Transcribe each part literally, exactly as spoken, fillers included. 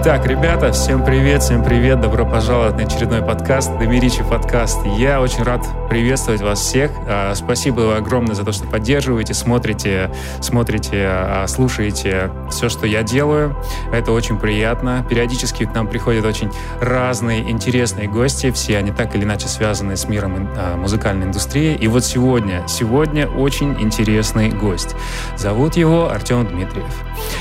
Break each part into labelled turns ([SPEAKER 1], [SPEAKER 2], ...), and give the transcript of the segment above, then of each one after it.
[SPEAKER 1] Итак, ребята, всем привет, всем привет, добро пожаловать на очередной подкаст, Домиричи подкаст. Я очень рад приветствовать вас всех. Спасибо огромное за то, что поддерживаете, смотрите, смотрите, слушаете все, что я делаю. Это очень приятно. Периодически к нам приходят очень разные интересные гости, все они так или иначе связаны с миром музыкальной индустрии. И вот сегодня, сегодня очень интересный гость. Зовут его Артем Дмитриев.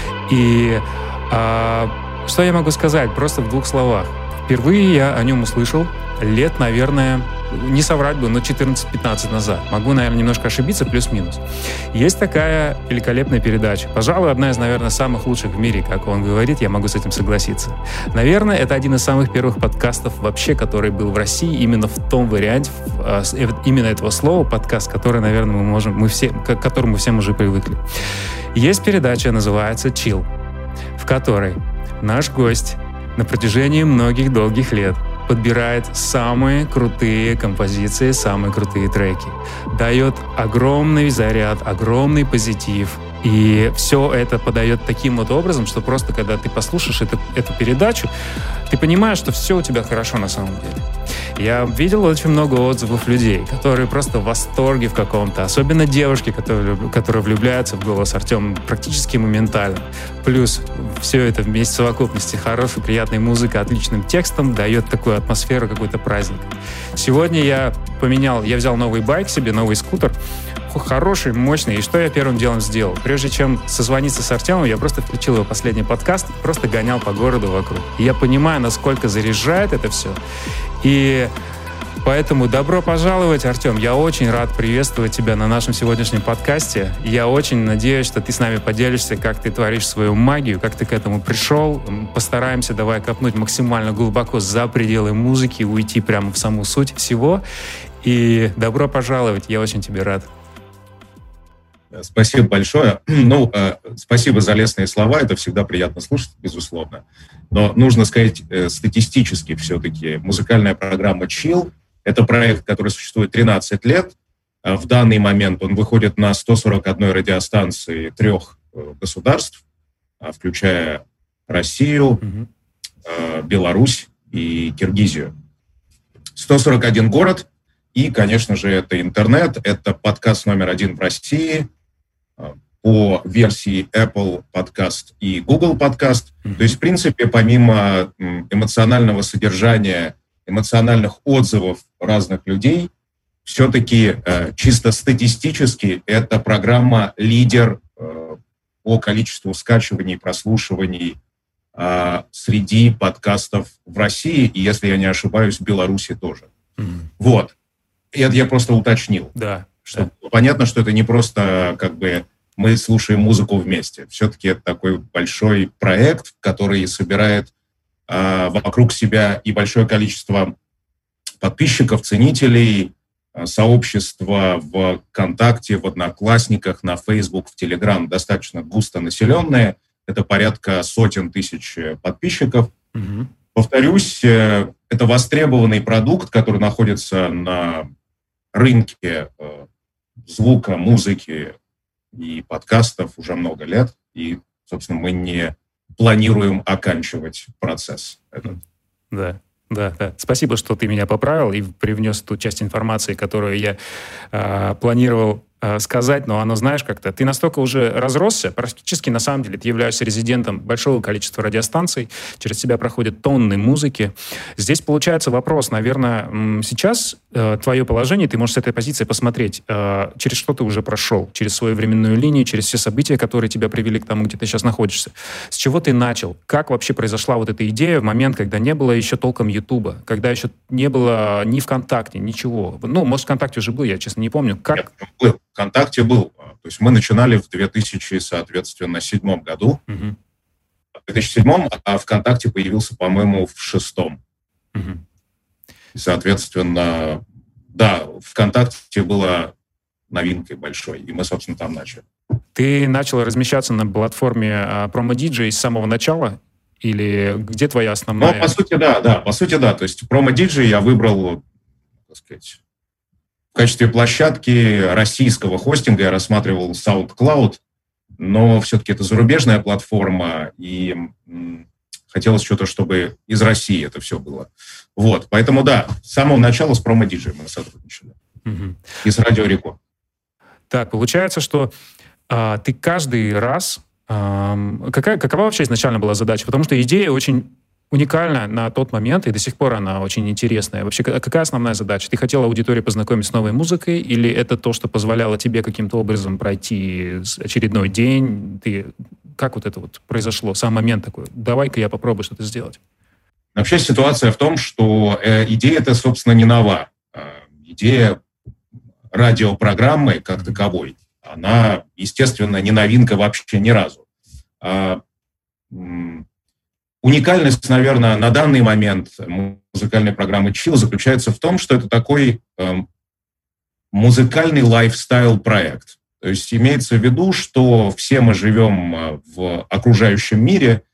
[SPEAKER 1] И а, что я могу сказать? Просто в двух словах. Впервые я о нем услышал лет, наверное, не соврать бы, но четырнадцать-пятнадцать назад. Могу, наверное, немножко ошибиться, плюс-минус. Есть такая великолепная передача. Пожалуй, одна из, наверное, самых лучших в мире, как он говорит, я могу с этим согласиться. Наверное, это один из самых первых подкастов вообще, который был в России именно в том варианте, именно этого слова, подкаст, который, наверное, мы можем, мы все, к которому всем уже привыкли. Есть передача, называется «Chill», в которой наш гость на протяжении многих долгих лет подбирает самые крутые композиции, самые крутые треки, дает огромный заряд, огромный позитив. И все это подает таким вот образом, что просто когда ты послушаешь эту, эту передачу, ты понимаешь, что все у тебя хорошо на самом деле. Я видел очень много отзывов людей, которые просто в восторге в каком-то, особенно девушки, которые, которые влюбляются в голос Артема практически моментально. Плюс все это вместе в совокупности хорошей, приятной музыкой, отличным текстом дает такую атмосферу, какой-то праздник. Сегодня я поменял, я взял новый байк себе, новый скутер, хороший, мощный. И что я первым делом сделал? Прежде чем созвониться с Артемом, я просто включил его последний подкаст, просто гонял по городу вокруг. И я понимаю, насколько заряжает это все. И поэтому добро пожаловать, Артем. Я очень рад приветствовать тебя на нашем сегодняшнем подкасте. Я очень надеюсь, что ты с нами поделишься, как ты творишь свою магию, как ты к этому пришел. Постараемся давай копнуть максимально глубоко за пределы музыки, уйти прямо в саму суть всего. И добро пожаловать. Я очень тебе рад.
[SPEAKER 2] Спасибо большое. Ну, э, спасибо за лестные слова. Это всегда приятно слушать, безусловно. Но нужно сказать, э, статистически все-таки музыкальная программа Chill — это проект, который существует тринадцать лет. Э, в данный момент он выходит на сто сорок одной радиостанции трех э, государств, э, включая Россию, mm-hmm. э, Беларусь и Киргизию. сто сорок один город. И, конечно же, это интернет. Это подкаст номер один в России по версии Apple Podcast и Google Podcast. Mm-hmm. То есть, в принципе, помимо эмоционального содержания, эмоциональных отзывов разных людей, все-таки э, чисто статистически эта программа лидер э, по количеству скачиваний, прослушиваний э, среди подкастов в России, и, если я не ошибаюсь, в Беларуси тоже. Mm-hmm. Вот. Это я просто уточнил.
[SPEAKER 1] Да.
[SPEAKER 2] Что да. Понятно, что это не просто как бы мы слушаем музыку вместе. Все-таки это такой большой проект, который собирает э, вокруг себя и большое количество подписчиков, ценителей, э, сообщества в ВКонтакте, в Одноклассниках, на Facebook, в Telegram, достаточно густо населенное. Это порядка сотен тысяч подписчиков. Угу. Повторюсь, э, это востребованный продукт, который находится на рынке э, звука, музыки и подкастов уже много лет, и, собственно, мы не планируем оканчивать процесс этот.
[SPEAKER 1] Да, да, да. Спасибо, что ты меня поправил и привнес ту часть информации, которую я э, планировал э, сказать, но оно, знаешь, как-то ты настолько уже разросся, практически, на самом деле, ты являешься резидентом большого количества радиостанций, через тебя проходят тонны музыки. Здесь получается вопрос, наверное, сейчас э, твое положение, ты можешь с этой позиции посмотреть, э, через что ты уже прошел, через свою временную линию, через все события, которые тебя привели к тому, где ты сейчас находишься. С чего ты начал? Как вообще произошла вот эта идея в момент, когда не было еще толком Ютуба, когда еще не было ни ВКонтакте, ничего? Ну, может, ВКонтакте уже был, я, честно, не помню. Как...
[SPEAKER 2] Нет, был. ВКонтакте был. То есть мы начинали в две тысячи, соответственно, седьмом году. Uh-huh. В две тысячи седьмом, а ВКонтакте появился, по-моему, в шестом. Uh-huh. И, соответственно, да, ВКонтакте была новинкой большой, и мы, собственно, там начали.
[SPEAKER 1] Ты начал размещаться на платформе Promo ди джей с самого начала? Или где твоя основная...
[SPEAKER 2] Ну, по сути, да, да, по сути, да. То есть Promo ди джей я выбрал, так сказать, в качестве площадки российского хостинга. Я рассматривал SoundCloud, но все-таки это зарубежная платформа, и м, хотелось что-то, чтобы из России это все было. Вот, поэтому да, с самого начала с промо-диджеем мы сотрудничали. Угу. И с Радио Рекорд.
[SPEAKER 1] Так, получается, что а, ты каждый раз... А, какая, какова вообще изначально была задача? Потому что идея очень уникальна на тот момент, и до сих пор она очень интересная. Вообще, какая основная задача? Ты хотела аудиторию познакомить с новой музыкой, или это то, что позволяло тебе каким-то образом пройти очередной день? Ты... Как вот это вот произошло? Сам момент такой, давай-ка я попробую что-то сделать.
[SPEAKER 2] Вообще ситуация в том, что э, идея-то, собственно, не нова. Э, идея радиопрограммы как таковой, она, естественно, не новинка вообще ни разу. А, м- уникальность, наверное, на данный момент музыкальной программы Chill заключается в том, что это такой э, музыкальный лайфстайл-проект. То есть имеется в виду, что все мы живем в окружающем мире,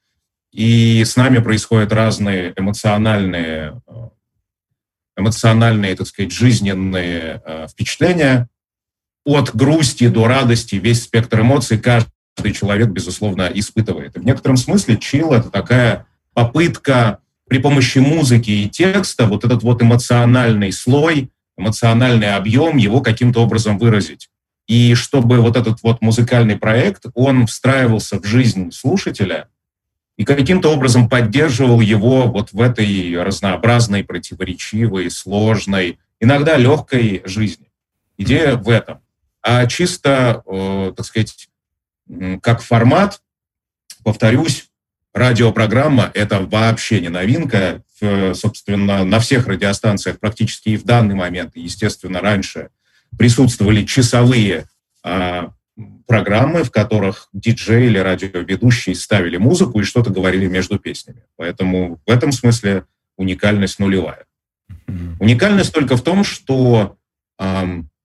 [SPEAKER 2] и с нами происходят разные эмоциональные, эмоциональные, так сказать, жизненные впечатления. От грусти до радости весь спектр эмоций каждый человек, безусловно, испытывает. И в некотором смысле чилл — это такая попытка при помощи музыки и текста вот этот вот эмоциональный слой, эмоциональный объем его каким-то образом выразить. И чтобы вот этот вот музыкальный проект, он встраивался в жизнь слушателя и каким-то образом поддерживал его вот в этой разнообразной, противоречивой, сложной, иногда легкой жизни. Идея в этом. А чисто, э, так сказать, как формат, повторюсь, радиопрограмма — это вообще не новинка. В, собственно, на всех радиостанциях практически и в данный момент, и, естественно, раньше присутствовали часовые а, программы, в которых диджей или радиоведущий ставили музыку и что-то говорили между песнями. Поэтому в этом смысле уникальность нулевая. Mm-hmm. Уникальность только в том, что а,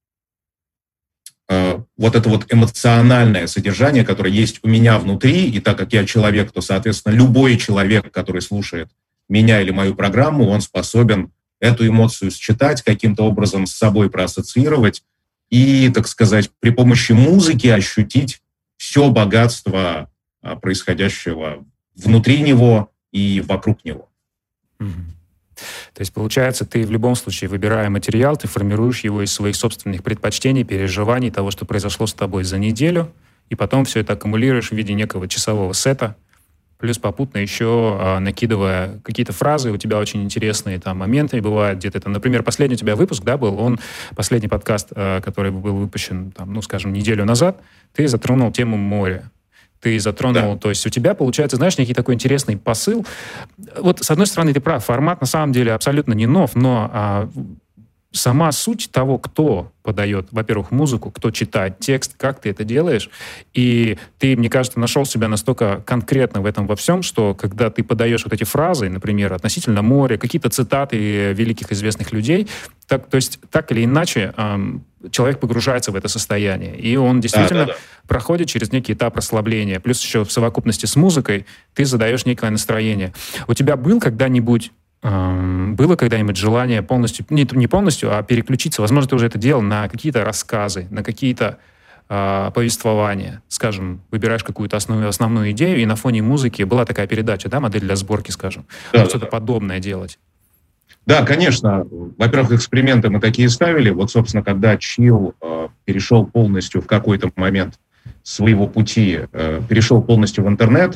[SPEAKER 2] а, вот это вот эмоциональное содержание, которое есть у меня внутри, и так как я человек, то, соответственно, любой человек, который слушает меня или мою программу, он способен эту эмоцию считать, каким-то образом с собой проассоциировать и, так сказать, при помощи музыки ощутить все богатство а, происходящего внутри него и вокруг него.
[SPEAKER 1] Mm-hmm. То есть, получается, ты в любом случае, выбирая материал, ты формируешь его из своих собственных предпочтений, переживаний, того, что произошло с тобой за неделю, и потом все это аккумулируешь в виде некого часового сета, плюс попутно еще а, накидывая какие-то фразы, у тебя очень интересные там моменты бывают где-то там, например, последний у тебя выпуск, да, был, он, последний подкаст, а, который был выпущен, там, ну, скажем, неделю назад, ты затронул тему моря. Ты затронул, да. То есть у тебя, получается, знаешь, некий такой интересный посыл. Вот, с одной стороны, ты прав, формат на самом деле абсолютно не нов, но а, сама суть того, кто подает, во-первых, музыку, кто читает текст, как ты это делаешь, и ты, мне кажется, нашел себя настолько конкретно в этом во всем, что когда ты подаешь вот эти фразы, например, относительно моря, какие-то цитаты великих известных людей, так, то есть так или иначе эм, человек погружается в это состояние, и он действительно да, да, да. проходит через некий этап расслабления, плюс еще в совокупности с музыкой ты задаешь некое настроение. У тебя был когда-нибудь было когда-нибудь желание полностью, не, не полностью, а переключиться, возможно, ты уже это делал, на какие-то рассказы, на какие-то э, повествования, скажем, выбираешь какую-то основную, основную идею, и на фоне музыки была такая передача, да, модель для сборки, скажем, да, вот да, что-то да. подобное делать.
[SPEAKER 2] Да, конечно. Во-первых, эксперименты мы такие ставили. Вот, собственно, когда Chill э, перешел полностью в какой-то момент своего пути, э, перешел полностью в интернет,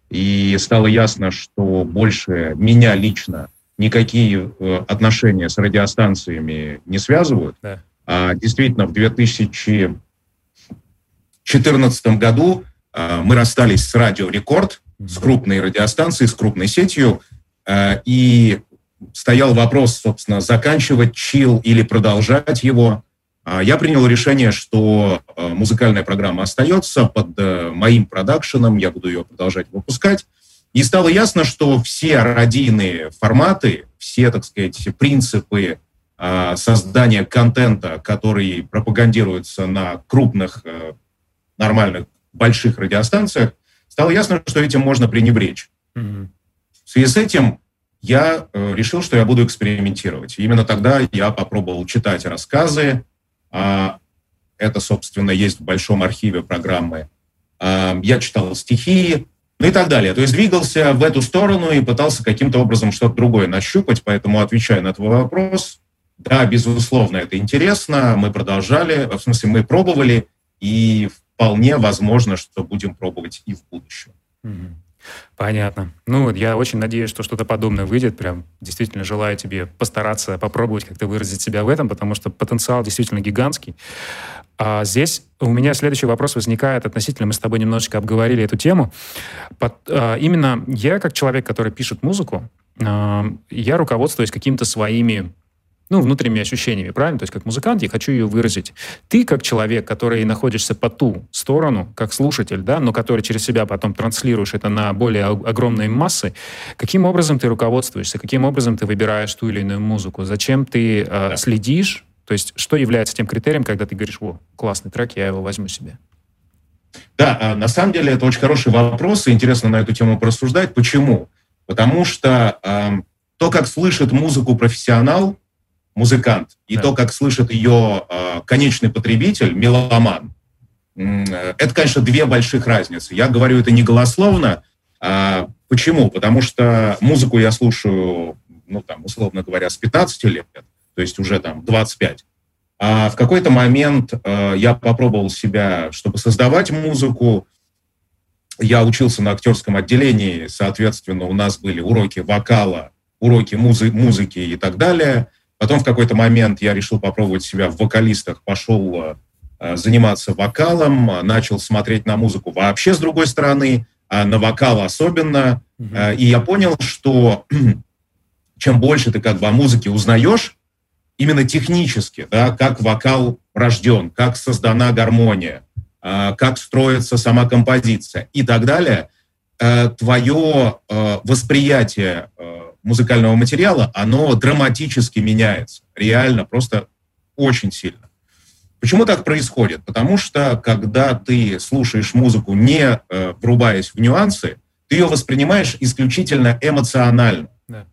[SPEAKER 2] и стало ясно, что больше меня лично никакие э, отношения с радиостанциями не связывают. Да. А действительно, в две тысячи четырнадцатом году э, мы расстались с Радио Рекорд, mm-hmm. с крупной радиостанцией, с крупной сетью, э, и стоял вопрос, собственно, заканчивать Chill или продолжать его. Э, я принял решение, что э, музыкальная программа остается под э, моим продакшеном, я буду ее продолжать выпускать. И стало ясно, что все радийные форматы, все, так сказать, принципы э, создания контента, которые пропагандируются на крупных, э, нормальных, больших радиостанциях, стало ясно, что этим можно пренебречь. Mm-hmm. В связи с этим я э, решил, что я буду экспериментировать. И именно тогда я попробовал читать рассказы. Э, это, собственно, есть в большом архиве программы. Э, я читал стихи. ну и так далее. То есть двигался в эту сторону и пытался каким-то образом что-то другое нащупать, поэтому, отвечая на твой вопрос, да, безусловно, это интересно, мы продолжали, в смысле, мы пробовали, и вполне возможно, что будем пробовать и в будущем.
[SPEAKER 1] Понятно. Ну, я очень надеюсь, что что-то подобное выйдет. Прям действительно желаю тебе постараться попробовать как-то выразить себя в этом, потому что потенциал действительно гигантский. А здесь у меня следующий вопрос возникает относительно, мы с тобой немножечко обговорили эту тему. Под, а, именно я, как человек, который пишет музыку, а, я руководствуюсь какими-то своими, ну, внутренними ощущениями, правильно? То есть как музыкант я хочу ее выразить. Ты, как человек, который находишься по ту сторону, как слушатель, да, но который через себя потом транслируешь это на более огромные массы, каким образом ты руководствуешься, каким образом ты выбираешь ту или иную музыку, зачем ты э, да. следишь, то есть что является тем критерием, когда ты говоришь, о, классный трек, я его возьму себе?
[SPEAKER 2] Да, на самом деле это очень хороший вопрос, и интересно на эту тему порассуждать. Почему? Потому что э, то, как слышит музыку профессионал, музыкант, и да. то, как слышит ее э, конечный потребитель, меломан, э, это, конечно, две больших разницы. Я говорю это не голословно. А почему? Потому что музыку я слушаю, ну, там, условно говоря, с пятнадцати лет, то есть уже там двадцать пять. А в какой-то момент э, я попробовал себя, чтобы создавать музыку. Я учился на актерском отделении, соответственно, у нас были уроки вокала, уроки музы- музыки и так далее. Потом в какой-то момент я решил попробовать себя в вокалистах, пошел э, заниматься вокалом, начал смотреть на музыку вообще с другой стороны, а на вокал особенно. Mm-hmm. Э, и я понял, что чем больше ты как бы о музыке узнаешь, именно технически, да, как вокал рожден, как создана гармония, э, как строится сама композиция и так далее, э, твое э, восприятие э, музыкального материала, оно драматически меняется. Реально, просто очень сильно. Почему так происходит? Потому что, когда ты слушаешь музыку, не э, врубаясь в нюансы, ты ее воспринимаешь исключительно эмоционально. Да.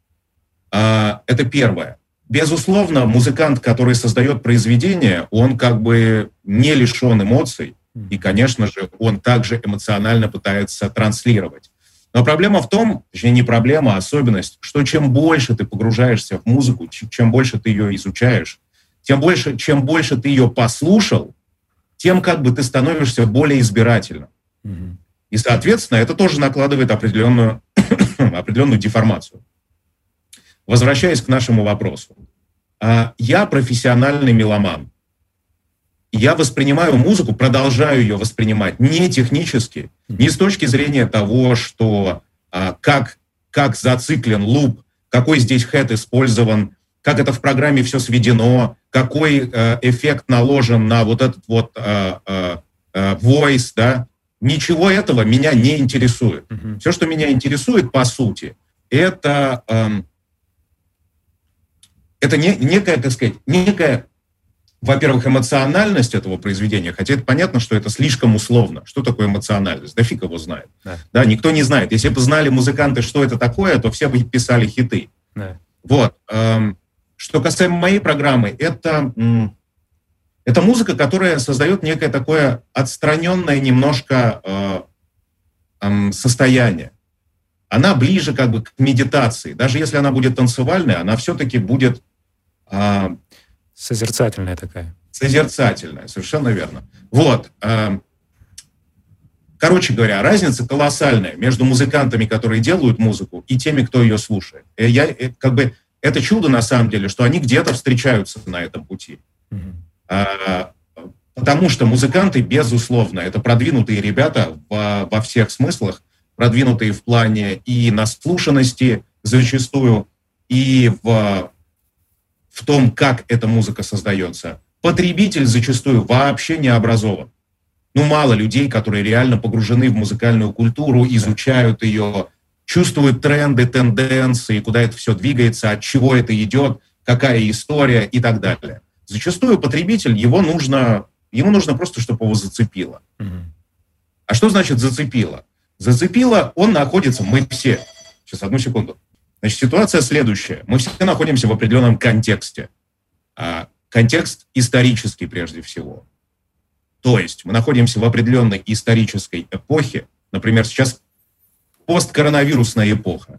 [SPEAKER 2] А, это первое. Безусловно, музыкант, который создает произведение, он как бы не лишен эмоций, и, конечно же, он также эмоционально пытается транслировать. Но проблема в том, точнее не проблема, а особенность, что чем больше ты погружаешься в музыку, чем больше ты ее изучаешь, тем больше, чем больше ты ее послушал, тем как бы ты становишься более избирательным. Mm-hmm. И, соответственно, это тоже накладывает определенную, определенную деформацию. Возвращаясь к нашему вопросу. Я профессиональный меломан. Я воспринимаю музыку, продолжаю ее воспринимать не технически, не с точки зрения того, что а, как, как зациклен луп, какой здесь хэт использован, как это в программе все сведено, какой а, эффект наложен на вот этот вот а, а, а, voice, да. Ничего этого меня не интересует. Mm-hmm. Все, что меня интересует, по сути, это, а, это не, некая, так сказать, некая... Во-первых, эмоциональность этого произведения, хотя это понятно, что это слишком условно. Что такое эмоциональность? Да фиг его знает. Да. Да, никто не знает. Если бы знали музыканты, что это такое, то все бы писали хиты. Да. Вот. Что касаемо моей программы, это, это музыка, которая создает некое такое отстраненное немножко состояние. Она ближе как бы к медитации. Даже если она будет танцевальная, она все-таки будет...
[SPEAKER 1] Созерцательная такая.
[SPEAKER 2] Созерцательная, совершенно верно. Вот. Короче говоря, разница колоссальная между музыкантами, которые делают музыку, и теми, кто ее слушает. Я, как бы, это чудо, на самом деле, что они где-то встречаются на этом пути. Mm-hmm. Потому что музыканты, безусловно, это продвинутые ребята во, во всех смыслах, продвинутые в плане и наслушанности зачастую, и в... в том, как эта музыка создается. Потребитель зачастую вообще не образован. Ну, мало людей, которые реально погружены в музыкальную культуру, изучают ее, чувствуют тренды, тенденции, куда это все двигается, от чего это идет, какая история и так далее. Зачастую потребитель, его нужно, ему нужно просто, чтобы его зацепило. Mm-hmm. А что значит зацепило? Зацепило, он находится, мы все. Сейчас, одну секунду. Значит, ситуация следующая. Мы все находимся в определенном контексте. А, контекст исторический прежде всего. То есть мы находимся в определенной исторической эпохе. Например, сейчас посткоронавирусная эпоха,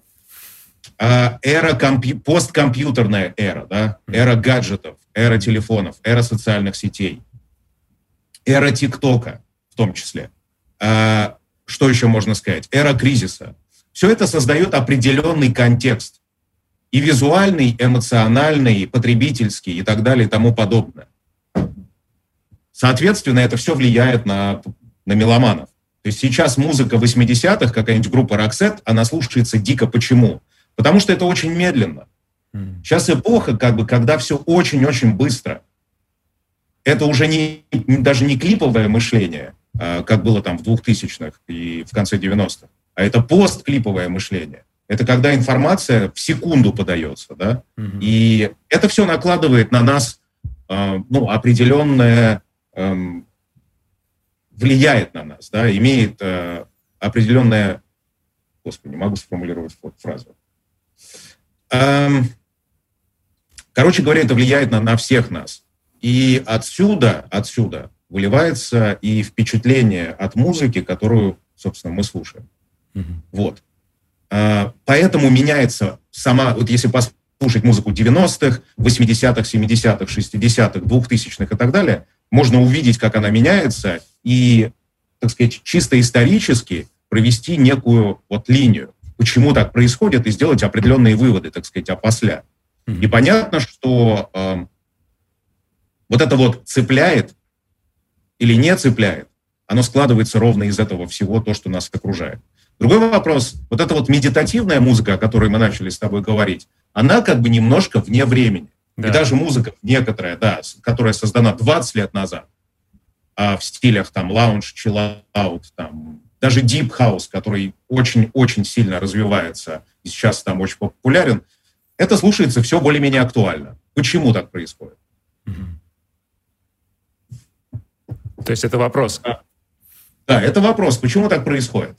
[SPEAKER 2] эра компью... посткомпьютерная эра, да? Эра гаджетов, эра телефонов, эра социальных сетей, эра ТикТока в том числе. А, что еще можно сказать? Эра кризиса. Все это создает определенный контекст. И визуальный, эмоциональный, потребительский и так далее и тому подобное. Соответственно, это все влияет на, на меломанов. То есть сейчас музыка восьмидесятых, какая-нибудь группа Roxette, она слушается дико. Почему? Потому что это очень медленно. Сейчас эпоха, как бы, когда все очень-очень быстро. Это уже не, даже не клиповое мышление, как было там в двухтысячных и в конце девяностых, а это постклиповое мышление. Это когда информация в секунду подается, да? Mm-hmm. И это все накладывает на нас э, ну, определенное, э, влияет на нас, да, имеет э, определенное, господи, не могу сформулировать фразу. Эм, короче говоря, это влияет на, на всех нас. И отсюда, отсюда выливается и впечатление от музыки, которую, собственно, мы слушаем. Mm-hmm. Вот. Поэтому меняется сама, вот если послушать музыку девяностых, восьмидесятых, семидесятых, шестидесятых, двухтысячных и так далее, можно увидеть, как она меняется, и, так сказать, чисто исторически провести некую вот линию, почему так происходит, и сделать определенные выводы, так сказать, опосля. Mm-hmm. И понятно, что э, вот это вот цепляет или не цепляет, оно складывается ровно из этого всего, то, что нас окружает. Другой вопрос, вот эта вот медитативная музыка, о которой мы начали с тобой говорить, она как бы немножко вне времени. Да. И даже музыка некоторая, да, которая создана двадцать лет назад, а в стилях там лаунж, чиллаут, там, даже deep house, который очень-очень сильно развивается и сейчас там очень популярен, это слушается все более-менее актуально. Почему так происходит?
[SPEAKER 1] То есть это вопрос?
[SPEAKER 2] Да, да, это вопрос, почему так происходит?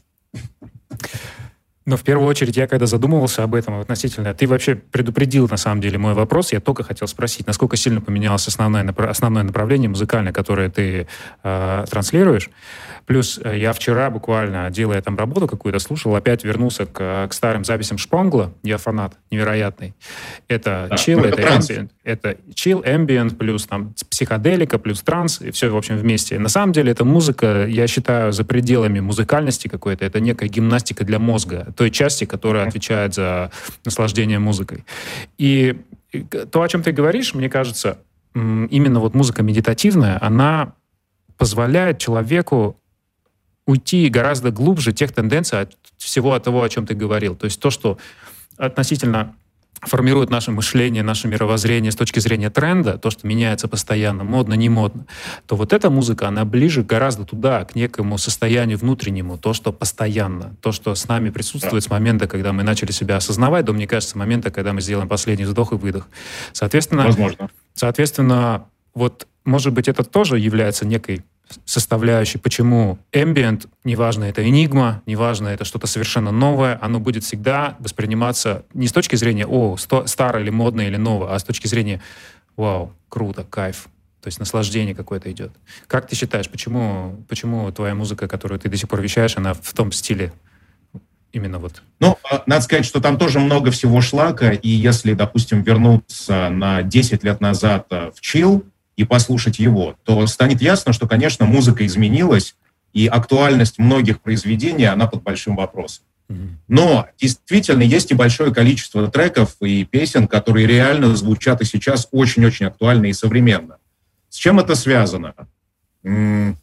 [SPEAKER 1] Но в первую очередь я когда задумывался об этом относительно, ты вообще предупредил на самом деле мой вопрос, я только хотел спросить, насколько сильно поменялось основное, основное направление музыкальное, которое ты э, транслируешь. Плюс я вчера буквально, делая там работу какую-то, слушал, опять вернулся к, к старым записям Шпонгла, я фанат невероятный. Это
[SPEAKER 2] да,
[SPEAKER 1] chill, это,
[SPEAKER 2] это
[SPEAKER 1] ambient, это chill, ambient, плюс там психоделика, плюс транс, и все, в общем, вместе. На самом деле эта музыка, я считаю, за пределами музыкальности какой-то, это некая гимнастика для мозга, той части, которая отвечает за наслаждение музыкой. И то, о чем ты говоришь, мне кажется, именно вот музыка медитативная, она позволяет человеку уйти гораздо глубже тех тенденций от всего от того, о чем ты говорил. То есть то, что относительно формирует наше мышление, наше мировоззрение с точки зрения тренда, то, что меняется постоянно, модно, не модно, то вот эта музыка, она ближе гораздо туда, к некому состоянию внутреннему, то, что постоянно, то, что с нами присутствует с момента, когда мы начали себя осознавать, до, мне кажется, с момента, когда мы сделаем последний вдох и выдох. Соответственно,
[SPEAKER 2] Возможно.
[SPEAKER 1] Соответственно, вот, может быть, это тоже является некой составляющей, почему ambient, неважно, это энигма, неважно, это что-то совершенно новое, оно будет всегда восприниматься не с точки зрения «о, сто, старое или модное или новое», а с точки зрения «вау, круто, кайф». То есть наслаждение какое-то идет. Как ты считаешь, почему, почему твоя музыка, которую ты до сих пор вещаешь, она в том стиле именно вот?
[SPEAKER 2] Ну, надо сказать, что там тоже много всего шлака, и если, допустим, вернуться на десять лет назад в чилл, и послушать его, то станет ясно, что, конечно, музыка изменилась, и актуальность многих произведений, она под большим вопросом. Mm-hmm. Но действительно есть и большое количество треков и песен, которые реально звучат и сейчас очень-очень актуально и современно. С чем это связано? М-м-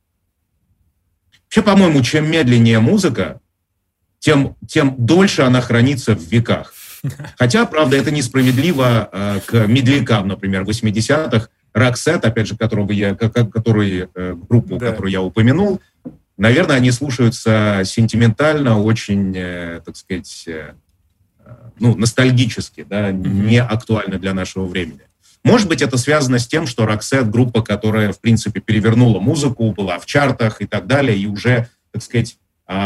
[SPEAKER 2] Вообще, по-моему, чем медленнее музыка, тем, тем дольше она хранится в веках. Хотя, правда, это несправедливо э, к медлякам, например, восьмидесятых, Roxette, опять же, которого я, который, группу, да. которую я упомянул, наверное, они слушаются сентиментально, очень, так сказать, ну, ностальгически, да, mm-hmm. не актуально для нашего времени. Может быть, это связано с тем, что Roxette — группа, которая, в принципе, перевернула музыку, была в чартах и так далее, и уже, так сказать,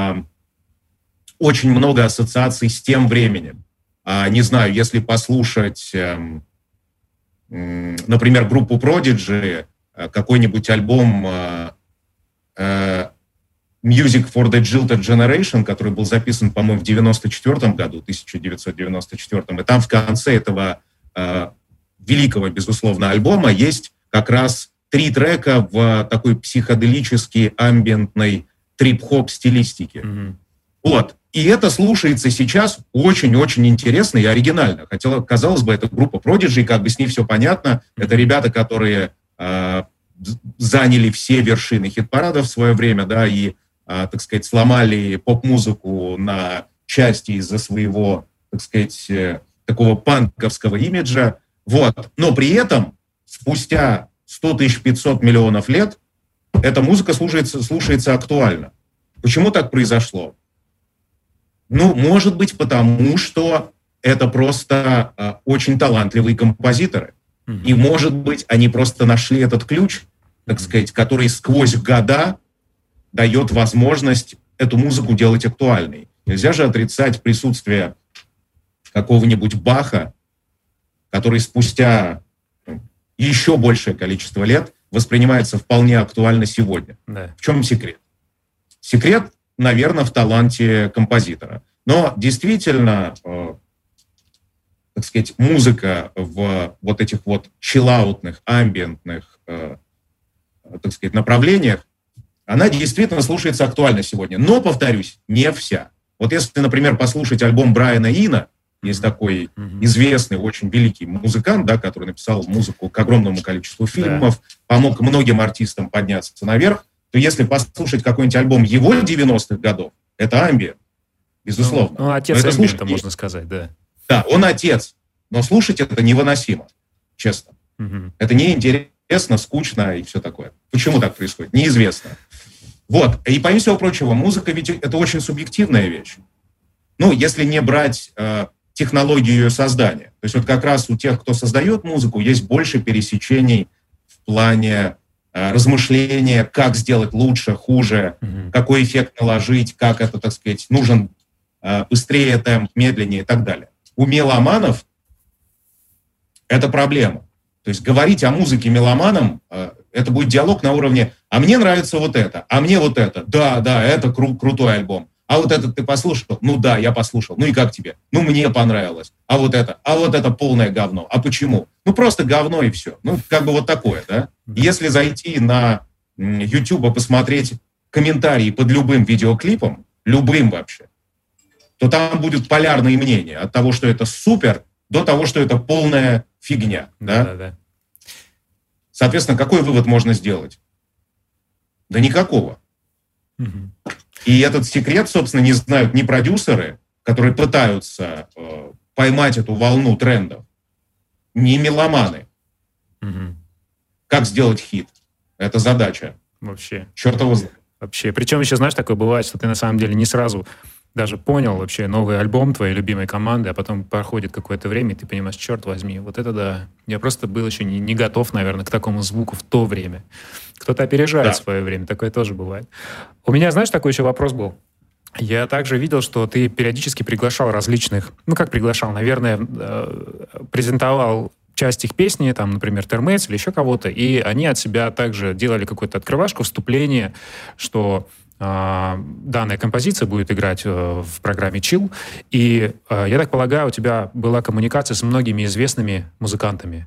[SPEAKER 2] очень много ассоциаций с тем временем. Не знаю, если послушать... например, группу Prodigy, какой-нибудь альбом, Music for the Jilted Generation, который был записан, по-моему, в девяносто четвёртом году, тысяча девятьсот девяносто четвёртом, и там в конце этого э, великого, безусловно, альбома есть как раз три трека в такой психоделической, амбиентной трип-хоп стилистике. Mm-hmm. Вот. И это слушается сейчас очень-очень интересно и оригинально. Хотя, казалось бы, это группа Prodigy, как бы с ней все понятно. Mm-hmm. Это ребята, которые э, заняли все вершины хит-парадов в свое время, да, и, э, так сказать, сломали поп-музыку на части из-за своего, так сказать, э, такого панковского имиджа. Вот. Но при этом спустя сто тысяч пятьсот миллионов лет эта музыка слушается, слушается актуально. Почему так произошло? Ну, может быть, потому что это просто э, очень талантливые композиторы. Mm-hmm. И, может быть, они просто нашли этот ключ, так сказать, который сквозь года дает возможность эту музыку делать актуальной. Нельзя же отрицать присутствие какого-нибудь Баха, который спустя ну, еще большее количество лет воспринимается вполне актуально сегодня. Да. В чем секрет? Секрет, наверное, в таланте композитора. Но действительно, э, так сказать, музыка в вот этих вот чиллаутных, амбиентных, э, так сказать, направлениях, она действительно слушается актуально сегодня. Но, повторюсь, не вся. Вот если, например, послушать альбом Брайана Ина, есть такой mm-hmm. известный, очень великий музыкант, да, который написал музыку к огромному количеству фильмов, yeah. помог многим артистам подняться наверх, то если послушать какой-нибудь альбом его девяностых годов, это амбиент, безусловно.
[SPEAKER 1] Ну, ну отец амбиента, можно сказать, да.
[SPEAKER 2] Да, он отец, но слушать это невыносимо, честно. Mm-hmm. Это неинтересно, скучно и все такое. Почему так происходит? Неизвестно. Вот, и помимо всего прочего, музыка ведь это очень субъективная вещь. Ну, если не брать э, технологию ее создания. То есть вот как раз у тех, кто создает музыку, есть больше пересечений в плане э, размышления, как сделать лучше, хуже, mm-hmm. какой эффект наложить, как это, так сказать, нужен э, быстрее темп, медленнее и так далее. У меломанов это проблема. То есть говорить о музыке меломанам, э, это будет диалог на уровне «а мне нравится вот это, а мне вот это, да, да, это кру- крутой альбом». А вот этот ты послушал? Ну да, я послушал. Ну и как тебе? Ну мне понравилось. А вот это? А вот это полное говно. А почему? Ну просто говно и все. Ну как бы вот такое, да? Если зайти на YouTube и посмотреть комментарии под любым видеоклипом, любым вообще, то там будет полярные мнения. От того, что это супер, до того, что это полная фигня. Да? Да, да. Соответственно, какой вывод можно сделать? Да никакого. Угу. И этот секрет, собственно, не знают ни продюсеры, которые пытаются э, поймать эту волну трендов, ни меломаны. Угу. Как сделать хит? Это задача.
[SPEAKER 1] Вообще.
[SPEAKER 2] Черт его знает.
[SPEAKER 1] Вообще. Причем еще, знаешь, такое бывает, что ты на самом деле не сразу даже понял вообще новый альбом твоей любимой команды, а потом проходит какое-то время, и ты понимаешь, черт возьми, вот это да. Я просто был еще не, не готов, наверное, к такому звуку в то время. Кто-то опережает да. свое время, такое тоже бывает. У меня, знаешь, такой еще вопрос был. Я также видел, что ты периодически приглашал различных, ну как приглашал, наверное, презентовал часть их песни, там, например, Термейтс или еще кого-то, и они от себя также делали какую-то открывашку, вступление, что данная композиция будет играть в программе Chill. И, я так полагаю, у тебя была коммуникация с многими известными музыкантами.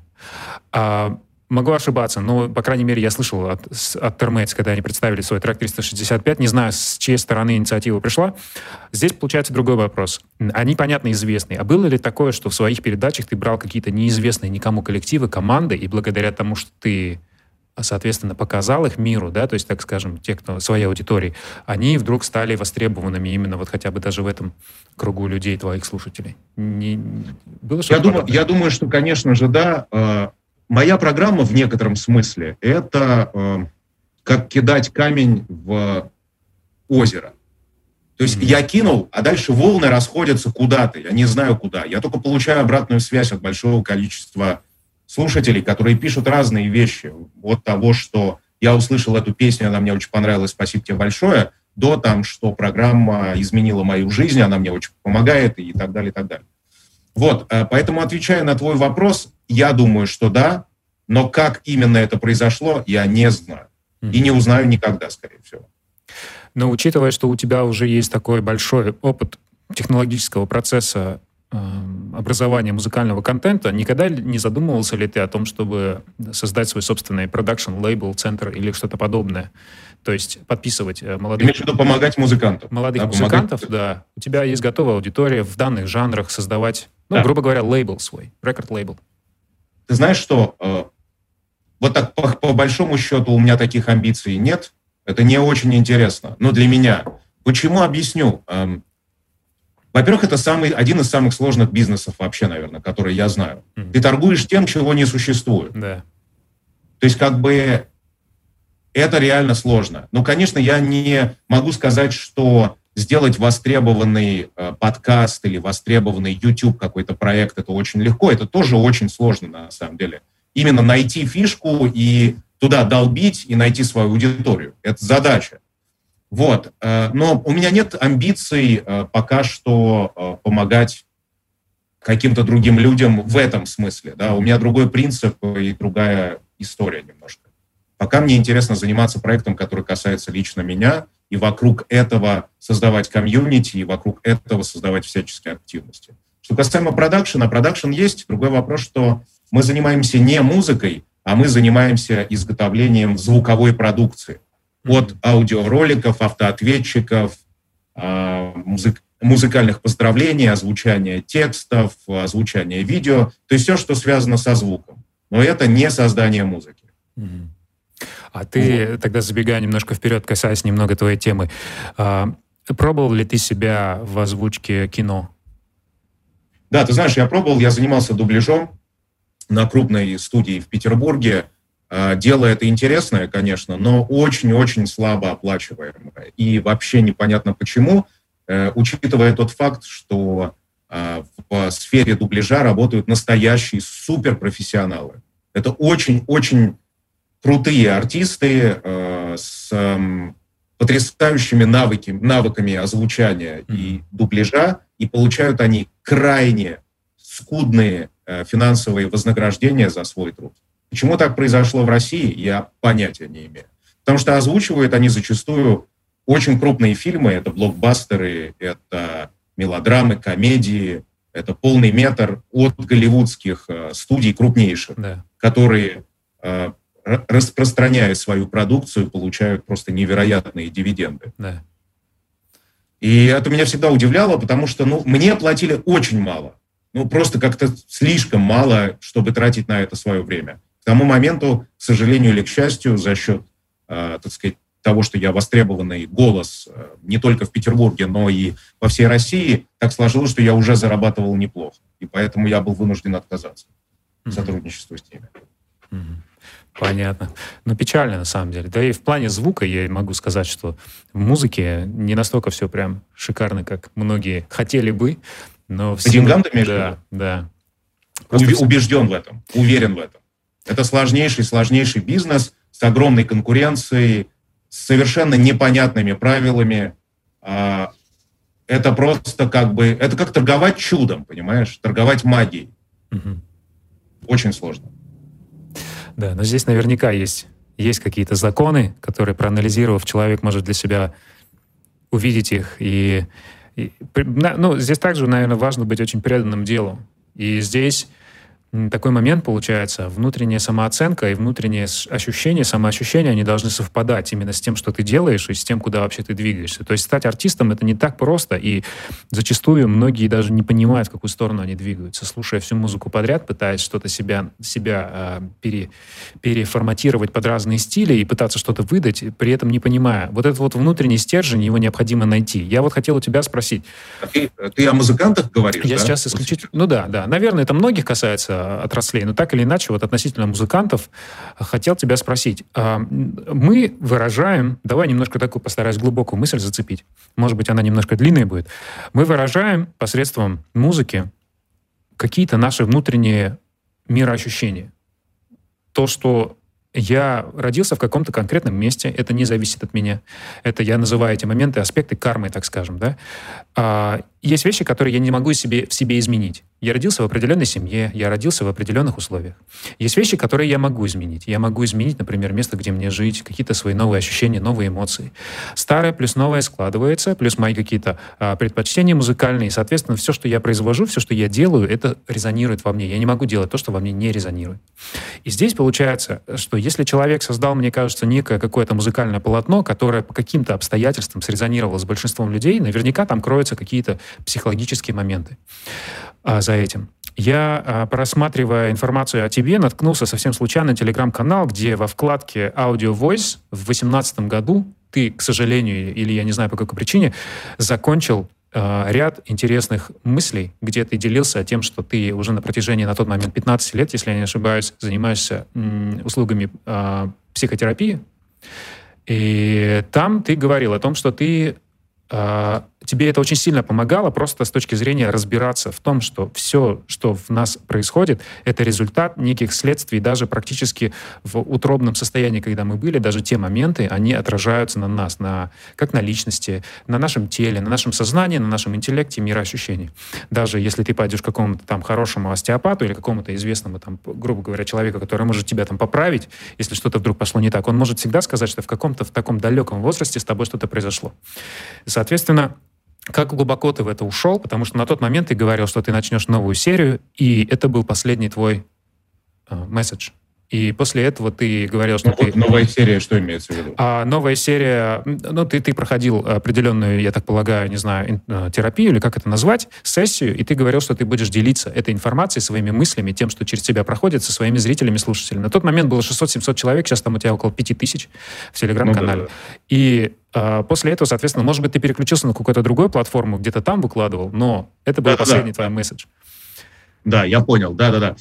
[SPEAKER 1] Могу ошибаться, но, по крайней мере, я слышал от, от Termates, когда они представили свой трек триста шестьдесят пять, не знаю, с чьей стороны инициатива пришла. Здесь получается другой вопрос. Они, понятно, известные. А было ли такое, что в своих передачах ты брал какие-то неизвестные никому коллективы, команды, и благодаря тому, что ты, соответственно, показал их миру, да, то есть, так скажем, те, кто своей аудитории, они вдруг стали востребованными именно вот хотя бы даже в этом кругу людей, твоих слушателей? Не, было что-то
[SPEAKER 2] я, думаю, я думаю, что, конечно же, да. Моя программа в некотором смысле это э, как кидать камень в озеро. То есть mm-hmm. я кинул, а дальше волны расходятся куда-то. Я не знаю куда. Я только получаю обратную связь от большого количества слушателей, которые пишут разные вещи. От того, что я услышал эту песню, она мне очень понравилась, спасибо тебе большое, до того, что программа изменила мою жизнь, она мне очень помогает и так далее, и так далее. Вот, поэтому, отвечая на твой вопрос, я думаю, что да, но как именно это произошло, я не знаю. И не узнаю никогда, скорее всего.
[SPEAKER 1] Но учитывая, что у тебя уже есть такой большой опыт технологического процесса э, образования музыкального контента, никогда не задумывался ли ты о том, чтобы создать свой собственный продакшн-лейбл, центр или что-то подобное? То есть подписывать молодых...
[SPEAKER 2] Имеешь в виду помогать музыкантам?
[SPEAKER 1] Молодых
[SPEAKER 2] да,
[SPEAKER 1] музыкантов,
[SPEAKER 2] помогать...
[SPEAKER 1] да. У тебя есть готовая аудитория в данных жанрах создавать, ну, да. грубо говоря, лейбл свой, рекорд-лейбл.
[SPEAKER 2] Ты знаешь что? Э, вот так по, по большому счету у меня таких амбиций нет. Это не очень интересно. Но для меня. Почему? Объясню. Э, во-первых, это самый, один из самых сложных бизнесов вообще, наверное, который я знаю. Mm-hmm. Ты торгуешь тем, чего не существует.
[SPEAKER 1] Да.
[SPEAKER 2] То есть как бы... Это реально сложно. Ну, конечно, я не могу сказать, что сделать востребованный э, подкаст или востребованный YouTube какой-то проект, это очень легко. Это тоже очень сложно, на самом деле. Именно найти фишку и туда долбить, и найти свою аудиторию. Это задача. Вот. Э, но у меня нет амбиций э, пока что э, помогать каким-то другим людям в этом смысле. Да? У меня другой принцип и другая история немножко. Пока мне интересно заниматься проектом, который касается лично меня, и вокруг этого создавать комьюнити, и вокруг этого создавать всяческие активности. Что касаемо продакшена, продакшн есть. Другой вопрос, что мы занимаемся не музыкой, а мы занимаемся изготовлением звуковой продукции. От аудиороликов, автоответчиков, музык, музыкальных поздравлений, озвучания текстов, озвучания видео. То есть все, что связано со звуком. Но это не создание музыки.
[SPEAKER 1] Mm-hmm. А ты, вот. Тогда забегая немножко вперед, касаясь немного твоей темы, а, пробовал ли ты себя в озвучке кино?
[SPEAKER 2] Да, ты знаешь, я пробовал, я занимался дубляжом на крупной студии в Петербурге. А, дело это интересное, конечно, но очень-очень слабо оплачиваемое. И вообще непонятно почему, э, учитывая тот факт, что э, в сфере дубляжа работают настоящие суперпрофессионалы. Это очень-очень крутые артисты э, с э, потрясающими навыки, навыками озвучания mm-hmm. и дубляжа, и получают они крайне скудные э, финансовые вознаграждения за свой труд. Почему так произошло в России, я понятия не имею. Потому что озвучивают они зачастую очень крупные фильмы, это блокбастеры, это мелодрамы, комедии, это полный метр от голливудских э, студий крупнейших, yeah. которые... Э, распространяя свою продукцию, получают просто невероятные дивиденды. Да. И это меня всегда удивляло, потому что ну, мне платили очень мало. Ну, просто как-то слишком мало, чтобы тратить на это свое время. К тому моменту, к сожалению или к счастью, за счет, э, так сказать, того, что я востребованный голос э, не только в Петербурге, но и по всей России, так сложилось, что я уже зарабатывал неплохо. И поэтому я был вынужден отказаться от mm-hmm. сотрудничества с ними.
[SPEAKER 1] Mm-hmm. Понятно. Но печально, на самом деле. Да и в плане звука я могу сказать, что в музыке не настолько все прям шикарно, как многие хотели бы. Но
[SPEAKER 2] По деньгам ты имеешь в
[SPEAKER 1] виду? Да, да.
[SPEAKER 2] Уб- убежден в этом, уверен в этом. Это сложнейший, сложнейший бизнес с огромной конкуренцией, с совершенно непонятными правилами. Это просто как бы... Это как торговать чудом, понимаешь? Торговать магией. Угу. Очень сложно.
[SPEAKER 1] Да, но здесь наверняка есть, есть какие-то законы, которые, проанализировав, человек может для себя увидеть их. И, и, ну, здесь также, наверное, важно быть очень преданным делу. И здесь такой момент получается, внутренняя самооценка и внутреннее ощущение, самоощущение, они должны совпадать именно с тем, что ты делаешь, и с тем, куда вообще ты двигаешься. То есть стать артистом — это не так просто, и зачастую многие даже не понимают, в какую сторону они двигаются. Слушая всю музыку подряд, пытаясь что-то себя, себя э, пере, переформатировать под разные стили и пытаться что-то выдать, при этом не понимая. Вот этот вот внутренний стержень, его необходимо найти. Я вот хотел у тебя спросить.
[SPEAKER 2] А ты, ты о музыкантах говоришь,
[SPEAKER 1] Я
[SPEAKER 2] да?
[SPEAKER 1] сейчас исключительно... Ну да, да. Наверное, это многих касается отраслей, но так или иначе, вот относительно музыкантов, хотел тебя спросить. Мы выражаем, давай немножко такую постараюсь глубокую мысль зацепить, может быть, она немножко длинная будет. Мы выражаем посредством музыки какие-то наши внутренние мироощущения. То, что я родился в каком-то конкретном месте, это не зависит от меня. Это я называю эти моменты аспекты кармы, так скажем. Да? А, есть вещи, которые я не могу себе, в себе изменить. Я родился в определенной семье, я родился в определенных условиях. Есть вещи, которые я могу изменить. Я могу изменить, например, место, где мне жить, какие-то свои новые ощущения, новые эмоции. Старое плюс новое складывается, плюс мои какие-то а, предпочтения музыкальные. И, соответственно, все, что я произвожу, все, что я делаю, это резонирует во мне. Я не могу делать то, что во мне не резонирует. И здесь получается, что если человек создал, мне кажется, некое какое-то музыкальное полотно, которое по каким-то обстоятельствам срезонировало с большинством людей, наверняка там кроются какие-то психологические моменты а, за этим. Я, а, просматривая информацию о тебе, наткнулся совсем случайно на телеграм-канал, где во вкладке Audio Voice в две тысячи восемнадцатом году ты, к сожалению, или я не знаю по какой причине, закончил а, ряд интересных мыслей, где ты делился тем, что ты уже на протяжении на тот момент пятнадцати лет, если я не ошибаюсь, занимаешься м, услугами а, психотерапии. И там ты говорил о том, что ты а, тебе это очень сильно помогало просто с точки зрения разбираться в том, что все, что в нас происходит, это результат неких следствий, даже практически в утробном состоянии, когда мы были, даже те моменты, они отражаются на нас, на, как на личности, на нашем теле, на нашем сознании, на нашем интеллекте, мироощущении. Даже если ты пойдешь к какому-то там хорошему остеопату или какому-то известному, там, грубо говоря, человеку, который может тебя там поправить, если что-то вдруг пошло не так, он может всегда сказать, что в каком-то в таком далеком возрасте с тобой что-то произошло. Соответственно, как глубоко ты в это ушел, потому что на тот момент ты говорил, что ты начнешь новую серию, и это был последний твой месседж. Uh, и после этого ты говорил, что
[SPEAKER 2] ну,
[SPEAKER 1] ты...
[SPEAKER 2] Вот новая серия, что имеется в виду?
[SPEAKER 1] А, новая серия... Ну, ты, ты проходил определенную, я так полагаю, не знаю, терапию, или как это назвать, сессию, и ты говорил, что ты будешь делиться этой информацией, своими мыслями, тем, что через тебя проходит, со своими зрителями, слушателями. На тот момент было шестьсот-семьсот человек, сейчас там у тебя около пяти тысяч в Телеграм-канале. Ну, да, да. И а, после этого, соответственно, может быть, ты переключился на какую-то другую платформу, где-то там выкладывал, но это был да, последний да, твой да. месседж.
[SPEAKER 2] Да, я понял, да-да-да.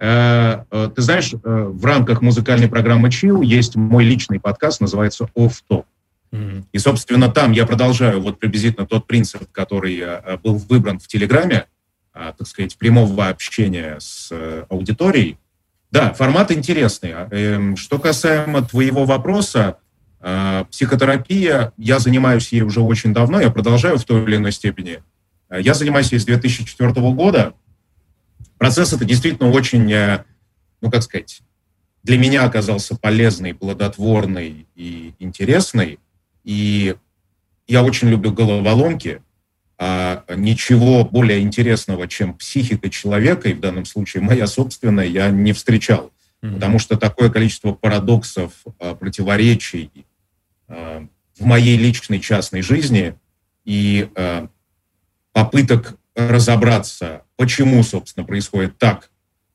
[SPEAKER 2] Ты знаешь, в рамках музыкальной программы Chill есть мой личный подкаст, называется Off Top. Mm-hmm. И, собственно, там я продолжаю вот приблизительно тот принцип, который был выбран в Телеграме, так сказать, прямого общения с аудиторией. Да, формат интересный. Что касаемо твоего вопроса, психотерапия, я занимаюсь ей уже очень давно, я продолжаю в той или иной степени. Я занимаюсь ей с две тысячи четвёртого года. Процесс это действительно очень, ну, как сказать, для меня оказался полезный, плодотворный и интересный. И я очень люблю головоломки. А ничего более интересного, чем психика человека, и в данном случае моя собственная, я не встречал. Mm-hmm. Потому что такое количество парадоксов, противоречий в моей личной частной жизни и попыток разобраться, почему, собственно, происходит так,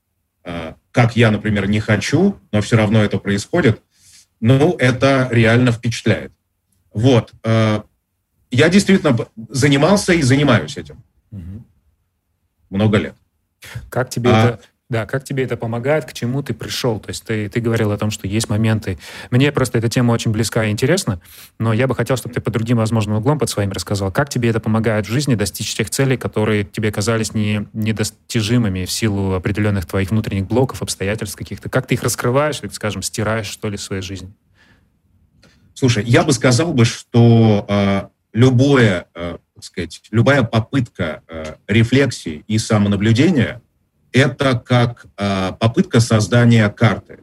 [SPEAKER 2] как я, например, не хочу, но все равно это происходит, ну, это реально впечатляет. Вот. Я действительно занимался и занимаюсь этим. Угу. Много лет.
[SPEAKER 1] Как тебе а... это... Да, как тебе это помогает, к чему ты пришел? То есть ты, ты говорил о том, что есть моменты... Мне просто эта тема очень близка и интересна, но я бы хотел, чтобы ты под другим возможным углом под своим рассказал. Как тебе это помогает в жизни достичь тех целей, которые тебе казались не, недостижимыми в силу определенных твоих внутренних блоков, обстоятельств каких-то? Как ты их раскрываешь, так скажем, стираешь, что ли, в своей жизни?
[SPEAKER 2] Слушай, я бы сказал бы, что э, любое, э, так сказать, любая попытка э, рефлексии и самонаблюдения это как э, попытка создания карты.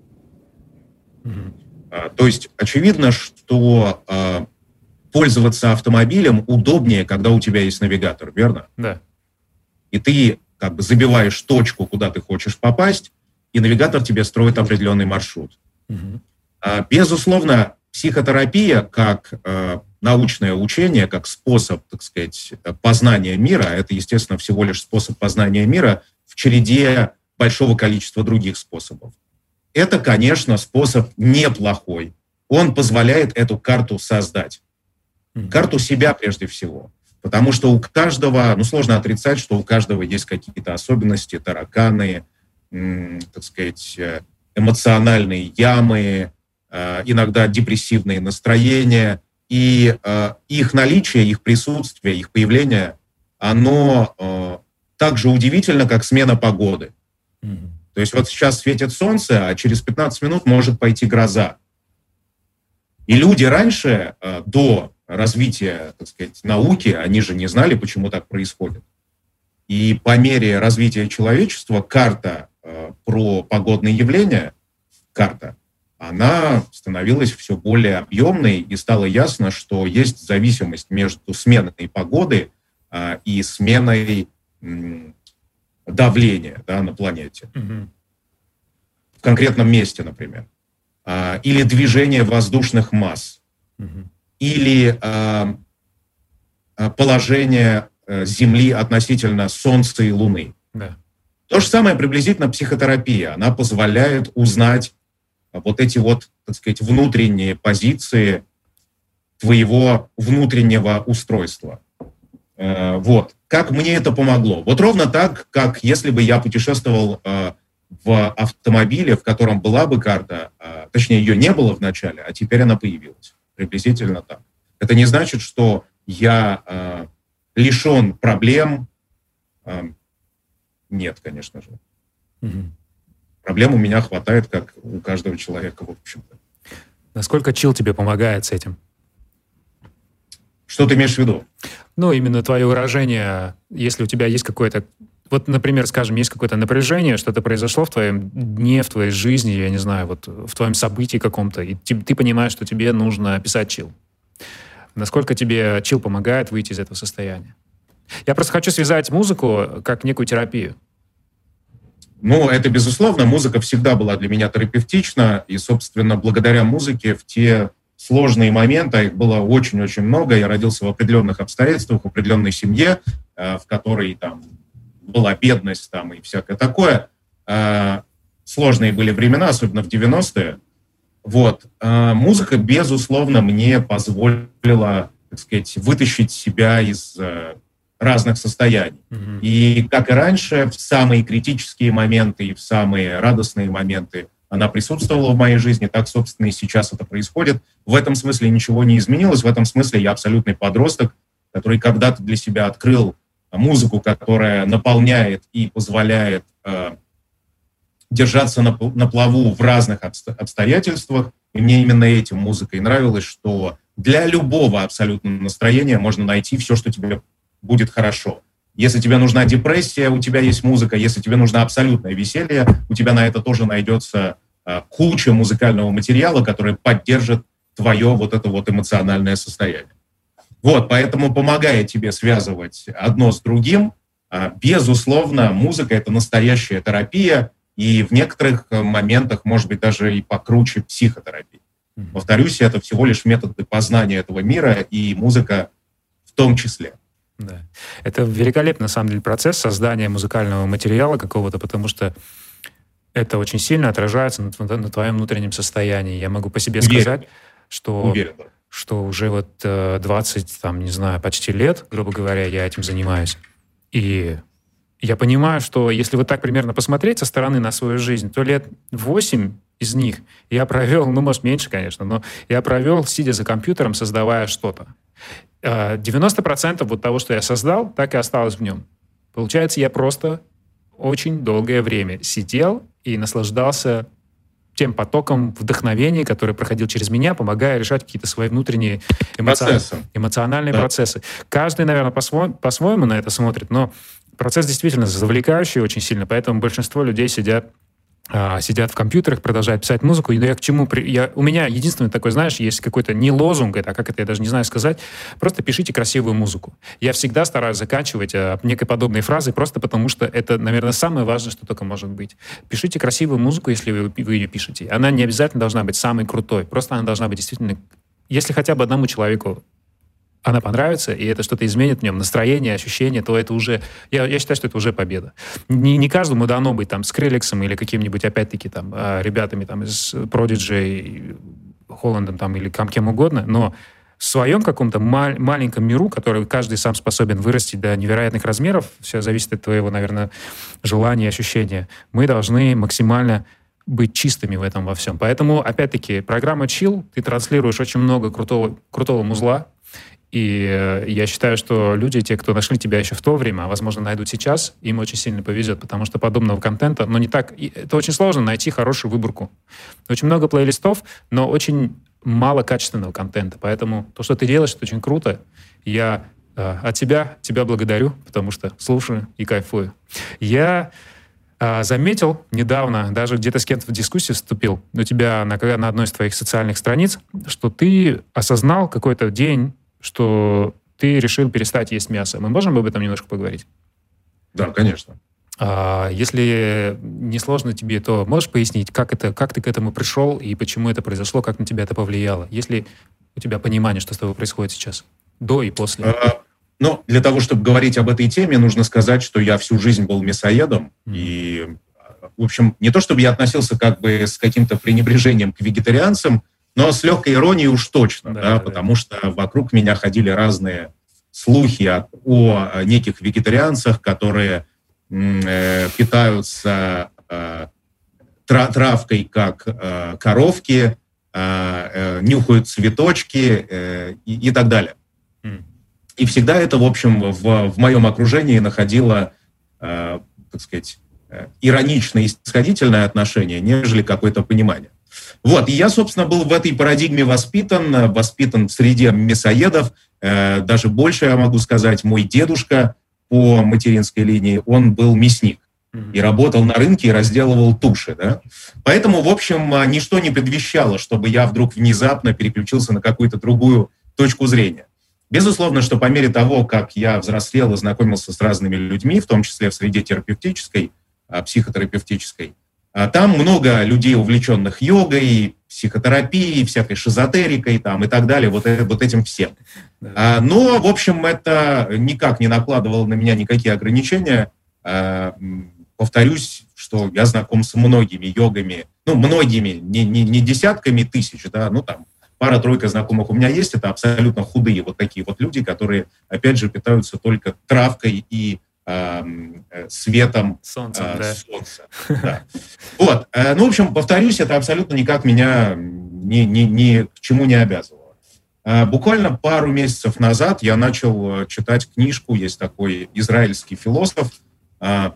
[SPEAKER 2] Mm-hmm. А, то есть очевидно, что э, пользоваться автомобилем удобнее, когда у тебя есть навигатор, верно?
[SPEAKER 1] Да. Yeah.
[SPEAKER 2] И ты как бы забиваешь точку, куда ты хочешь попасть, и навигатор тебе строит определенный маршрут. Mm-hmm. А, безусловно, психотерапия как э, научное учение, как способ, так сказать, познания мира, это, естественно, всего лишь способ познания мира, в череде большого количества других способов. Это, конечно, способ неплохой. Он позволяет эту карту создать. Mm-hmm. Карту себя прежде всего. Потому что у каждого, ну, сложно отрицать, что у каждого есть какие-то особенности, тараканы, м, так сказать, эмоциональные ямы, э, иногда депрессивные настроения. И э, их наличие, их присутствие, их появление, оно... Э, так же удивительно, как смена погоды. Mm-hmm. То есть вот сейчас светит солнце, а через пятнадцать минут может пойти гроза. И люди раньше, до развития, так сказать, науки, они же не знали, почему так происходит. И по мере развития человечества карта э, про погодные явления, карта, она становилась все более объемной, и стало ясно, что есть зависимость между сменой погоды э, и сменой э, давления, да, на планете. Mm-hmm. В конкретном месте, например. Э, или движение воздушных масс. Mm-hmm. Или э, положение Земли относительно Солнца и Луны. Да. То же самое приблизительно психотерапия. Она позволяет узнать вот эти вот, так сказать, внутренние позиции твоего внутреннего устройства. Вот. Как мне это помогло? Вот ровно так, как если бы я путешествовал в автомобиле, в котором была бы карта, точнее, ее не было вначале, а теперь она появилась. Приблизительно так. Это не значит, что я лишен проблем. Нет, конечно же. Угу. Проблем у меня хватает, как у каждого человека, в общем-то.
[SPEAKER 1] Насколько чил тебе помогает с этим?
[SPEAKER 2] Что ты имеешь в виду?
[SPEAKER 1] Ну, именно твое выражение, если у тебя есть какое-то... Вот, например, скажем, есть какое-то напряжение, что-то произошло в твоем дне, в твоей жизни, я не знаю, вот в твоем событии каком-то, и ты, ты понимаешь, что тебе нужно писать чил. Насколько тебе чил помогает выйти из этого состояния? Я просто хочу связать музыку как некую терапию.
[SPEAKER 2] Ну, это безусловно. Музыка всегда была для меня терапевтична. И, собственно, благодаря музыке в те сложные моменты, а их было очень-очень много, я родился в определенных обстоятельствах, в определенной семье, в которой там была бедность там, и всякое такое. Сложные были времена, особенно в девяностые. Вот. Музыка, безусловно, мне позволила, так сказать, вытащить себя из разных состояний. Mm-hmm. И, как и раньше, в самые критические моменты и в самые радостные моменты она присутствовала в моей жизни, так, собственно, и сейчас это происходит. В этом смысле ничего не изменилось, в этом смысле я абсолютный подросток, который когда-то для себя открыл музыку, которая наполняет и позволяет э, держаться на, на плаву в разных обстоятельствах. И мне именно этим музыка и нравилась, что для любого абсолютно настроения можно найти все, что тебе будет хорошо. Если тебе нужна депрессия, у тебя есть музыка. Если тебе нужно абсолютное веселье, у тебя на это тоже найдется э, куча музыкального материала, который поддержит твое вот это вот эмоциональное состояние. Вот, поэтому, помогая тебе связывать одно с другим, э, безусловно, музыка — это настоящая терапия, и в некоторых моментах, может быть, даже и покруче психотерапии. Mm-hmm. Повторюсь, это всего лишь методы познания этого мира, и музыка в том числе.
[SPEAKER 1] Да. Это великолепный, на самом деле, процесс создания музыкального материала какого-то, потому что это очень сильно отражается на, на твоем внутреннем состоянии. Я могу по себе Уверен. сказать, что, Уверен, да. что уже вот двадцать, там, не знаю, почти лет, грубо говоря, я этим занимаюсь. И я понимаю, что если вот так примерно посмотреть со стороны на свою жизнь, то лет восемь из них я провел, ну, может, меньше, конечно, но я провел, сидя за компьютером, создавая что-то. девяносто процентов вот того, что я создал, так и осталось в нем. Получается, я просто очень долгое время сидел и наслаждался тем потоком вдохновения, который проходил через меня, помогая решать какие-то свои внутренние эмоци... эмоциональные да. процессы. Каждый, наверное, по-своему, по-своему на это смотрит, но процесс действительно завлекающий очень сильно, поэтому большинство людей сидят сидят в компьютерах, продолжают писать музыку. И я к чему... Я, у меня единственный такой, знаешь, есть какой-то не лозунг, это, а как это, я даже не знаю сказать, просто пишите красивую музыку. Я всегда стараюсь заканчивать а, некой подобной фразой, просто потому что это, наверное, самое важное, что только может быть. Пишите красивую музыку, если вы, вы ее пишете. Она не обязательно должна быть самой крутой, просто она должна быть действительно... Если хотя бы одному человеку она понравится, и это что-то изменит в нем, настроение, ощущение, то это уже... Я, я считаю, что это уже победа. Не, не каждому дано быть там Скриллексом или каким-нибудь, опять-таки, там, ребятами там, из Prodigy, Холландом там, или кем угодно, но в своем каком-то мал- маленьком миру, который каждый сам способен вырастить до невероятных размеров, все зависит от твоего, наверное, желания и ощущения, мы должны максимально быть чистыми в этом во всем. Поэтому, опять-таки, программа Chill, ты транслируешь очень много крутого, крутого музла. И я считаю, что люди, те, кто нашли тебя еще в то время, а, возможно, найдут сейчас, им очень сильно повезет, потому что подобного контента, но не так... Это очень сложно найти хорошую выборку. Очень много плейлистов, но очень мало качественного контента. Поэтому то, что ты делаешь, это очень круто. Я А тебя, тебя благодарю, потому что слушаю и кайфую. Я а, заметил недавно, даже где-то с кем-то в дискуссию вступил, у тебя на, на одной из твоих социальных страниц, что ты осознал какой-то день, что ты решил перестать есть мясо. Мы можем об этом немножко поговорить?
[SPEAKER 2] Да, конечно.
[SPEAKER 1] А, если не сложно тебе, то можешь пояснить, как, это, как ты к этому пришел и почему это произошло, как на тебя это повлияло? Есть ли у тебя понимание, что с тобой происходит сейчас? До и после?
[SPEAKER 2] А, ну, для того, чтобы говорить об этой теме, нужно сказать, что я всю жизнь был мясоедом. Mm. И, в общем, не то чтобы я относился как бы с каким-то пренебрежением к вегетарианцам, но с легкой иронией уж точно, да, да, да. Потому что вокруг меня ходили разные слухи о, о неких вегетарианцах, которые э, питаются э, травкой, как э, коровки, э, нюхают цветочки э, и, и так далее. Mm. И всегда это, в общем, в, в моем окружении находило, э, так сказать, э, ироничное и снисходительное отношение, нежели какое-то понимание. Вот, и я, собственно, был в этой парадигме воспитан, воспитан в среде мясоедов. Э, даже больше я могу сказать, мой дедушка по материнской линии, он был мясник. И работал на рынке и разделывал туши. Да? Поэтому, в общем, ничто не предвещало, чтобы я вдруг внезапно переключился на какую-то другую точку зрения. Безусловно, что по мере того, как я взрослел и знакомился с разными людьми, в том числе в среде терапевтической, психотерапевтической, там много людей, увлеченных йогой, психотерапией, всякой шизотерикой там, и так далее, вот, вот этим всем. Да. Но, в общем, это никак не накладывало на меня никакие ограничения. Повторюсь, что я знаком с многими йогами, ну, многими, не, не, не десятками тысяч, да, ну, там, пара-тройка знакомых у меня есть, это абсолютно худые вот такие вот люди, которые, опять же, питаются только травкой и э, светом
[SPEAKER 1] солнцем,
[SPEAKER 2] э,
[SPEAKER 1] да.
[SPEAKER 2] солнца. Да. Вот, э, ну, в общем, повторюсь, это абсолютно никак меня ни, ни, ни к чему не обязывало. Э, буквально пару месяцев назад я начал читать книжку, есть такой израильский философ, э,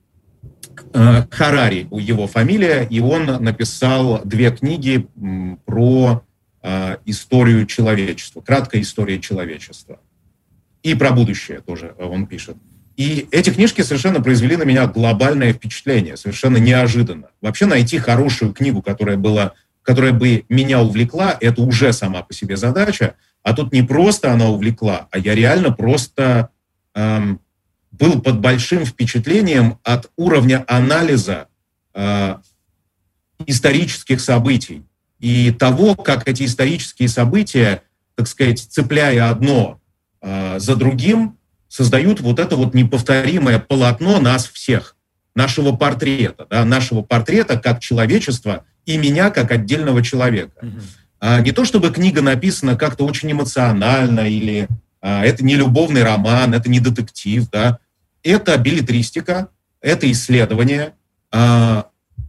[SPEAKER 2] Харари, его фамилия, и он написал две книги про э, историю человечества, краткая история человечества. И про будущее тоже он пишет. И эти книжки совершенно произвели на меня глобальное впечатление, совершенно неожиданно. Вообще найти хорошую книгу, которая, была, которая бы меня увлекла, это уже сама по себе задача, а тут не просто она увлекла, а я реально просто... Эм, был под большим впечатлением от уровня анализа э, исторических событий и того, как эти исторические события, так сказать, цепляя одно э, за другим, создают вот это вот неповторимое полотно нас всех, нашего портрета, да, нашего портрета как человечества и меня как отдельного человека. Mm-hmm. А не то чтобы книга написана как-то очень эмоционально или а, это не любовный роман, это не детектив, да. Это беллетристика, это исследование, э,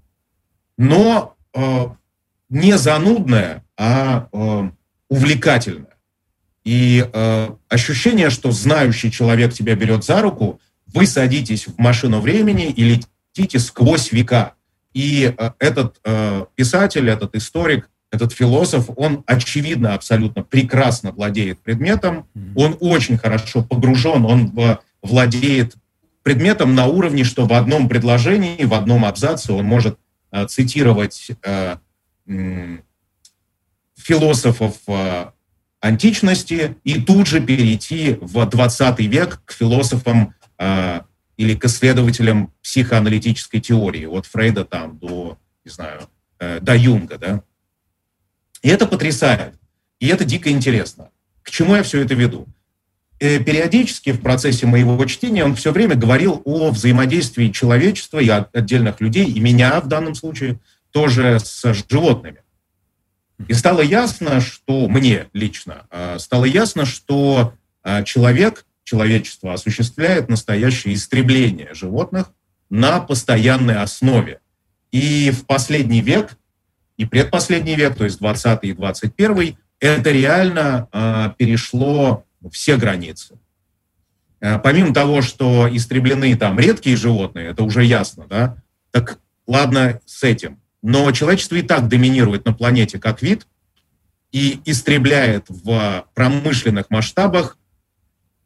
[SPEAKER 2] но э, не занудное, а э, увлекательное. И э, ощущение, что знающий человек тебя берет за руку, вы садитесь в машину времени и летите сквозь века. И э, этот э, писатель, этот историк, этот философ, он, очевидно, абсолютно прекрасно владеет предметом, он очень хорошо погружен, он в, владеет предметом на уровне, что в одном предложении, в одном абзаце он может э, цитировать э, э, философов э, античности и тут же перейти в двадцатый век к философам э, или к исследователям психоаналитической теории, от Фрейда там до, не знаю, э, до Юнга, да. И это потрясает, и это дико интересно. К чему я все это веду? Периодически в процессе моего чтения он все время говорил о взаимодействии человечества и отдельных людей, и меня в данном случае тоже с животными. И стало ясно, что мне лично, стало ясно, что человек, человечество осуществляет настоящее истребление животных на постоянной основе. И в последний век, и предпоследний век, то есть двадцатый и двадцать первый, это реально перешло все границы. Помимо того, что истреблены там редкие животные, это уже ясно, да, так ладно с этим. Но человечество и так доминирует на планете как вид и истребляет в промышленных масштабах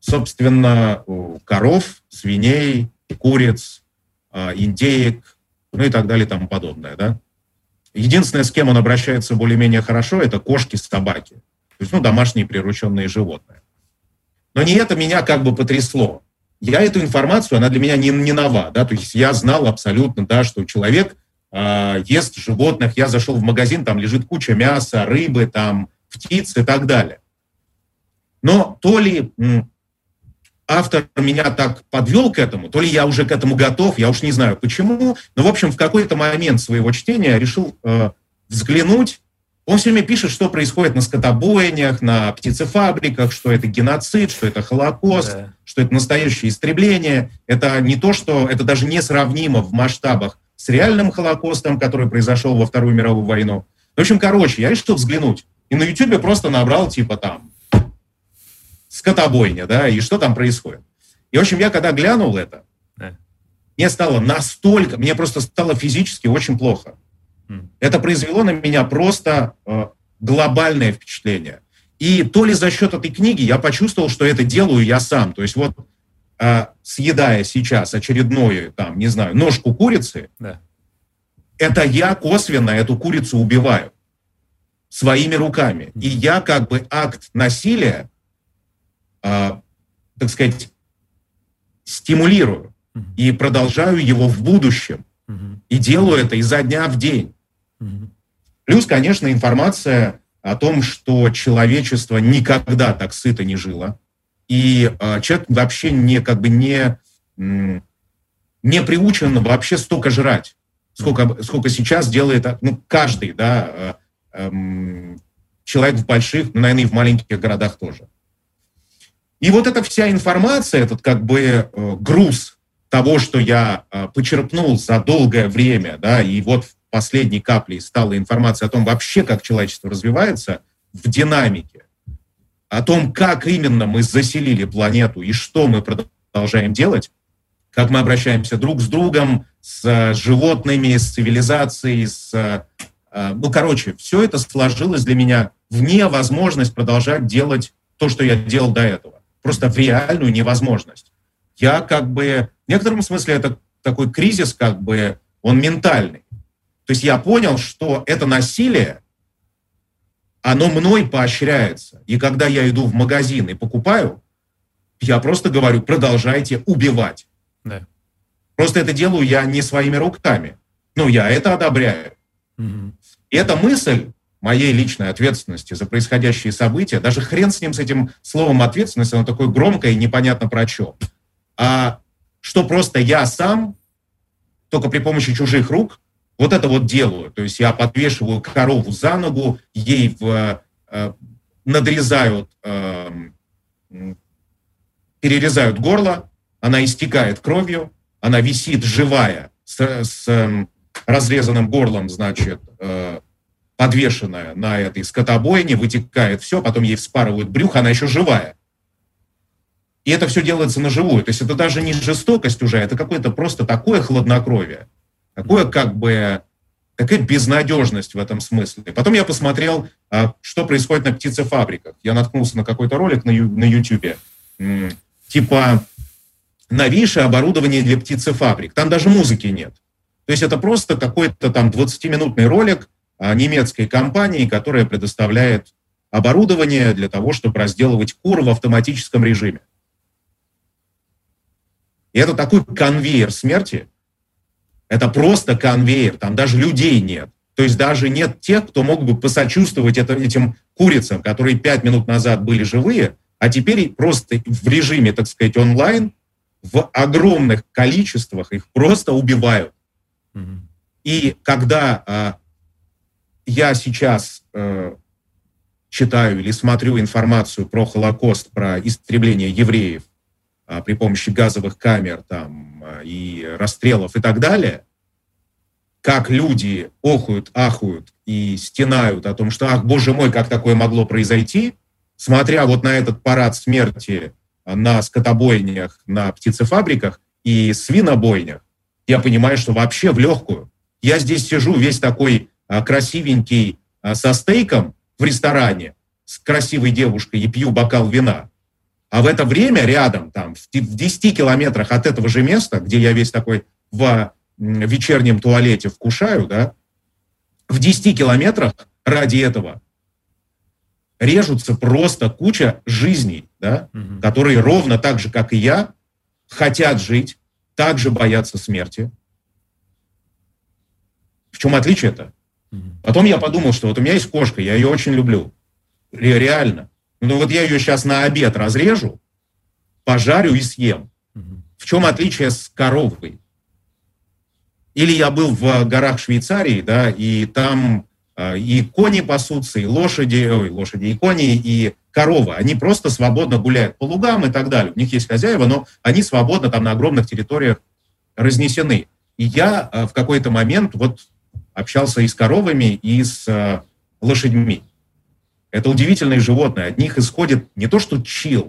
[SPEAKER 2] собственно, коров, свиней, куриц, индеек, ну и так далее и тому подобное, да. Единственное, с кем он обращается более-менее хорошо, это кошки, собаки. То есть, ну, домашние прирученные животные. Но не это меня как бы потрясло. Я эту информацию, она для меня не, не нова, да, то есть я знал абсолютно, да, что человек э, ест животных, я зашел в магазин, там лежит куча мяса, рыбы, там, птиц и так далее. Но то ли м, автор меня так подвел к этому, то ли я уже к этому готов, я уж не знаю почему, но, в общем, в какой-то момент своего чтения я решил э, взглянуть. Он все время пишет, что происходит на скотобойнях, на птицефабриках, что это геноцид, что это Холокост, да. что это настоящее истребление. Это не то, что... Это даже несравнимо в масштабах с реальным Холокостом, который произошел во Вторую мировую войну. В общем, короче, я решил взглянуть. И на Ютубе просто набрал, типа, там, скотобойня, да, и что там происходит. И, в общем, я когда глянул это, да. мне стало настолько... Мне просто стало физически очень плохо. Это произвело на меня просто э, глобальное впечатление. И то ли за счет этой книги я почувствовал, что это делаю я сам. То есть вот э, съедая сейчас очередную, там, не знаю, ножку курицы, да. это я косвенно эту курицу убиваю своими руками. И я как бы акт насилия, э, так сказать, стимулирую и продолжаю его в будущем. И делаю это изо дня в день. Mm-hmm. Плюс, конечно, информация о том, что человечество никогда так сыто не жило. И э, человек вообще не, как бы не, м, не приучен вообще столько жрать, сколько, mm-hmm. сколько сейчас делает ну, каждый да, э, э, человек в больших, ну, наверное, и в маленьких городах тоже. И вот эта вся информация, этот как бы э, груз того, что я э, почерпнул за долгое время, да, и вот последней каплей стала информация о том вообще, как человечество развивается в динамике, о том, как именно мы заселили планету и что мы продолжаем делать, как мы обращаемся друг с другом, с животными, с цивилизацией, с... Э, ну, короче, все это сложилось для меня в невозможность продолжать делать то, что я делал до этого. Просто в реальную невозможность. Я как бы... В некотором смысле это такой кризис, как бы, он ментальный. То есть я понял, что это насилие, оно мной поощряется. И когда я иду в магазин и покупаю, я просто говорю, продолжайте убивать. Да. Просто это делаю я не своими руками. Но я это одобряю. Угу. И эта мысль моей личной ответственности за происходящие события, даже хрен с ним, с этим словом ответственность, оно такое громкое и непонятно про что. А что просто я сам, только при помощи чужих рук, вот это вот делаю. То есть я подвешиваю корову за ногу, ей в, э, надрезают, э, перерезают горло, она истекает кровью, она висит живая, с, с э, разрезанным горлом, значит, э, подвешенная на этой скотобойне, вытекает все, потом ей вспарывают брюхо, она еще живая. И это все делается наживую. То есть это даже не жестокость уже, это какое-то просто такое хладнокровие. Такое как бы, такая безнадежность в этом смысле. Потом я посмотрел, что происходит на птицефабриках. Я наткнулся на какой-то ролик на Ютубе. Типа новейшее оборудование для птицефабрик. Там даже музыки нет. То есть это просто какой-то там двадцатиминутный ролик немецкой компании, которая предоставляет оборудование для того, чтобы разделывать кур в автоматическом режиме. И это такой конвейер смерти. Это просто конвейер, там даже людей нет. То есть даже нет тех, кто мог бы посочувствовать это, этим курицам, которые пять минут назад были живые, а теперь просто в режиме, так сказать, онлайн, в огромных количествах их просто убивают. Mm-hmm. И когда э, я сейчас э, читаю или смотрю информацию про Холокост, про истребление евреев, при помощи газовых камер там, и расстрелов и так далее, как люди охуют, ахуют и стенают о том, что, ах, боже мой, как такое могло произойти, смотря вот на этот парад смерти на скотобойнях, на птицефабриках и свинобойнях, я понимаю, что вообще в легкую. Я здесь сижу весь такой а, красивенький а, со стейком в ресторане с красивой девушкой и пью бокал вина. А в это время рядом, там, в десяти километрах от этого же места, где я весь такой в вечернем туалете вкушаю, да, в десяти километрах ради этого режутся просто куча жизней, да, mm-hmm. которые ровно так же, как и я, хотят жить, также боятся смерти. В чем отличие-то? Mm-hmm. Потом я подумал, что вот у меня есть кошка, я ее очень люблю. Реально. Ну вот я ее сейчас на обед разрежу, пожарю и съем. Mm-hmm. В чем отличие с коровой? Или я был в горах Швейцарии, да, и там э, и кони пасутся, и лошади, ой, лошади, и кони, и коровы. Они просто свободно гуляют по лугам и так далее. У них есть хозяева, но они свободно там на огромных территориях разнесены. И я э, в какой-то момент вот общался и с коровами, и с э, лошадьми. Это удивительные животные. От них исходит не то что чил,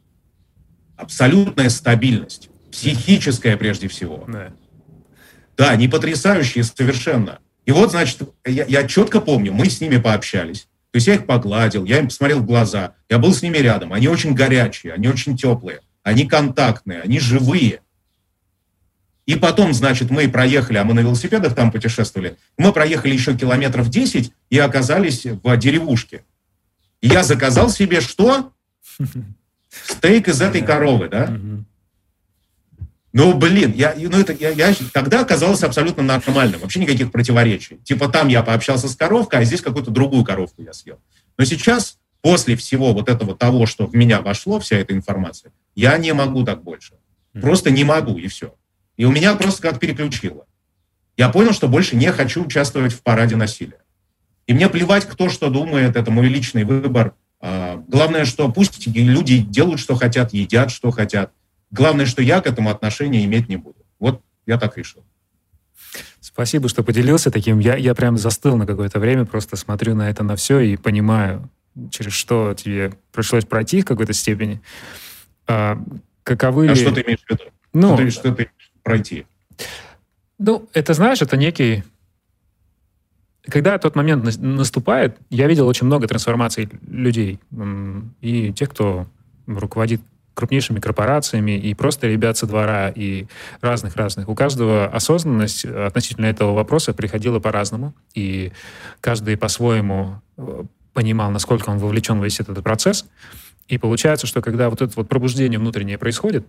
[SPEAKER 2] абсолютная стабильность, психическая прежде всего.
[SPEAKER 1] Да.
[SPEAKER 2] Да, они потрясающие совершенно. И вот, значит, я, я четко помню, мы с ними пообщались. То есть я их погладил, я им посмотрел в глаза, я был с ними рядом. Они очень горячие, они очень теплые, они контактные, они живые. И потом, значит, мы проехали, а мы на велосипедах там путешествовали, мы проехали еще километров десять и оказались в деревушке. И я заказал себе что? Стейк из этой коровы, да? Ну, блин, я, ну, это, я, я тогда оказалось абсолютно нормальным, вообще никаких противоречий. Типа там я пообщался с коровкой, а здесь какую-то другую коровку я съел. Но сейчас, после всего вот этого того, что в меня вошло, вся эта информация, я не могу так больше. Просто не могу, и все. И у меня просто как переключило. Я понял, что больше не хочу участвовать в параде насилия. И мне плевать, кто что думает, это мой личный выбор. Главное, что пусть люди делают, что хотят, едят, что хотят. Главное, что я к этому отношения иметь не буду. Вот я так решил.
[SPEAKER 1] Спасибо, что поделился таким. Я, я прям застыл на какое-то время, просто смотрю на это, на все и понимаю, через что тебе пришлось пройти в какой-то степени. А, каковы...
[SPEAKER 2] А что ты имеешь в виду?
[SPEAKER 1] Ну,
[SPEAKER 2] что, ты, что ты пройти?
[SPEAKER 1] Ну, это, знаешь, это некий... Когда тот момент наступает, я видел очень много трансформаций людей. И тех, кто руководит крупнейшими корпорациями, и просто ребят со двора, и разных-разных. У каждого осознанность относительно этого вопроса приходила по-разному, и каждый по-своему понимал, насколько он вовлечен в весь этот процесс. И получается, что когда вот это вот пробуждение внутреннее происходит,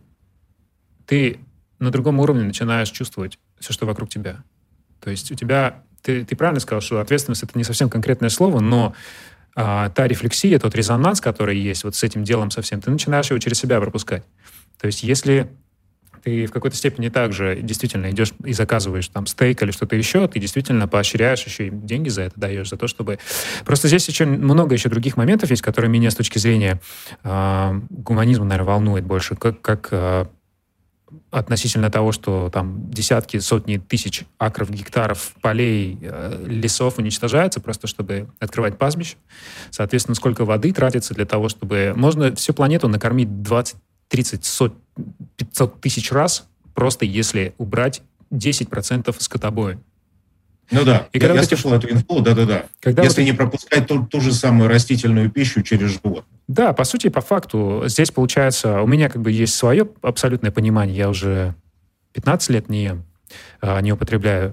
[SPEAKER 1] ты на другом уровне начинаешь чувствовать все, что вокруг тебя. То есть у тебя... Ты, ты правильно сказал, что ответственность — это не совсем конкретное слово, но а, та рефлексия, тот резонанс, который есть вот с этим делом совсем, ты начинаешь его через себя пропускать. То есть если ты в какой-то степени также действительно идешь и заказываешь там стейк или что-то еще, ты действительно поощряешь, еще и деньги за это даешь, за то, чтобы... Просто здесь еще много еще других моментов есть, которые меня с точки зрения э, гуманизма, наверное, волнует больше, как... как э, относительно того, что там десятки, сотни тысяч акров, гектаров полей, э, лесов уничтожаются просто, чтобы открывать пастбище. Соответственно, сколько воды тратится для того, чтобы... Можно всю планету накормить двадцать, тридцать, сто, пятьсот тысяч раз, просто если убрать десять процентов скотобоя.
[SPEAKER 2] Ну да,
[SPEAKER 1] и
[SPEAKER 2] я, я
[SPEAKER 1] вот
[SPEAKER 2] слышал эти... эту инфу, да-да-да. Когда если вот... не пропускать ту, ту же самую растительную пищу через животных.
[SPEAKER 1] Да, по сути, по факту, здесь получается, у меня как бы есть свое абсолютное понимание, я уже пятнадцать лет не ем, не употребляю,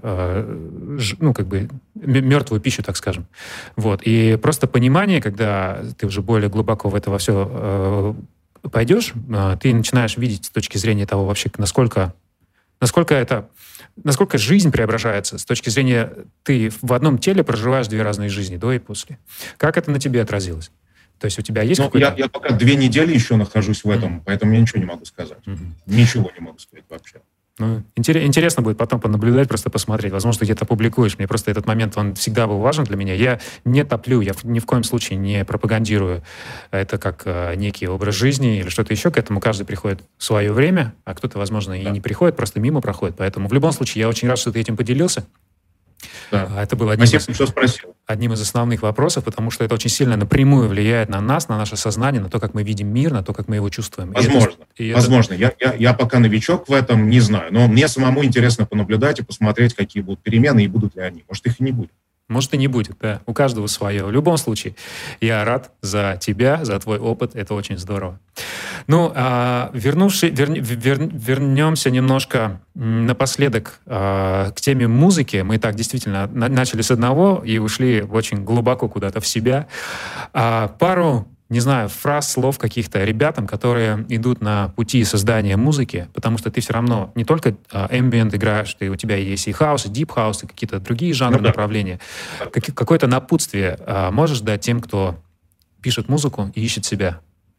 [SPEAKER 1] ну, как бы, мертвую пищу, так скажем. Вот, и просто понимание, когда ты уже более глубоко в это во все пойдешь, ты начинаешь видеть с точки зрения того вообще, насколько, насколько это... Насколько жизнь преображается с точки зрения, ты в одном теле проживаешь две разные жизни, до и после. Как это на тебе отразилось? То есть у тебя есть
[SPEAKER 2] ну,
[SPEAKER 1] какой-то...
[SPEAKER 2] Я, я пока две недели еще нахожусь в этом, mm-hmm. поэтому я ничего не могу сказать. Mm-hmm. Ничего не могу сказать вообще.
[SPEAKER 1] Ну, интересно будет потом понаблюдать, просто посмотреть. Возможно, ты где-то публикуешь. Мне просто этот момент, он всегда был важен для меня. Я не топлю, я ни в коем случае не пропагандирую это как э, некий образ жизни или что-то еще. К этому каждый приходит в свое время, а кто-то, возможно, и да. не приходит, просто мимо проходит. Поэтому в любом случае я очень рад, что ты этим поделился.
[SPEAKER 2] Да.
[SPEAKER 1] Это было одним
[SPEAKER 2] Спасибо,
[SPEAKER 1] из,
[SPEAKER 2] что спросил.
[SPEAKER 1] одним из основных вопросов, потому что это очень сильно напрямую влияет на нас, на наше сознание, на то, как мы видим мир, на то, как мы его чувствуем.
[SPEAKER 2] Возможно.
[SPEAKER 1] И это, и
[SPEAKER 2] Возможно.
[SPEAKER 1] Это...
[SPEAKER 2] Я, я, я пока новичок в этом, не знаю. Но мне самому интересно понаблюдать и посмотреть, какие будут перемены и будут ли они. Может, их и не будет.
[SPEAKER 1] Может, и не будет, да. У каждого свое. В любом случае, я рад за тебя, за твой опыт. Это очень здорово. Ну, вернувши, вер, вер, вернемся немножко напоследок к теме музыки. Мы так действительно начали с одного и ушли очень глубоко куда-то в себя. Пару, не знаю, фраз, слов каких-то ребятам, которые идут на пути создания музыки, потому что ты все равно не только ambient играешь, ты, у тебя есть и хаус, и дип хаус, и какие-то другие жанры, ну, да, направления. Как, какое-то напутствие можешь дать тем, кто пишет музыку и ищет себя?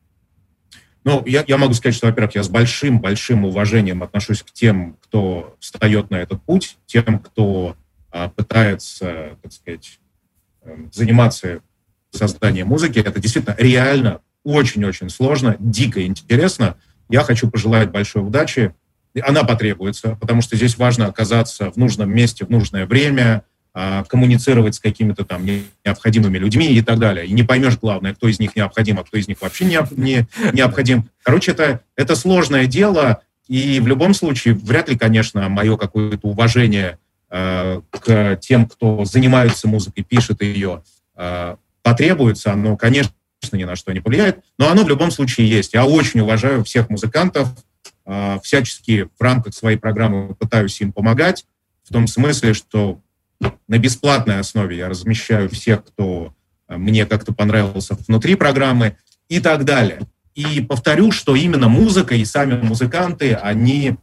[SPEAKER 2] Ну, я, я могу сказать, что, во-первых, я с большим-большим уважением отношусь к тем, кто встает на этот путь, тем, кто а, пытается, так сказать, заниматься созданием музыки. Это действительно реально очень-очень сложно, дико интересно. Я хочу пожелать большой удачи. Она потребуется, потому что здесь важно оказаться в нужном месте в нужное время, коммуницировать с какими-то там необходимыми людьми и так далее. И не поймешь, главное, кто из них необходим, а кто из них вообще не, не, необходим. Короче, это, это сложное дело, и в любом случае, вряд ли, конечно, мое какое-то уважение э, к тем, кто занимается музыкой, пишет ее, э, потребуется. Оно, конечно, ни на что не повлияет, но оно в любом случае есть. Я очень уважаю всех музыкантов, э, всячески в рамках своей программы пытаюсь им помогать, в том смысле, что на бесплатной основе я размещаю всех, кто мне как-то понравился внутри программы и так далее. И повторю, что именно музыка и сами музыканты, они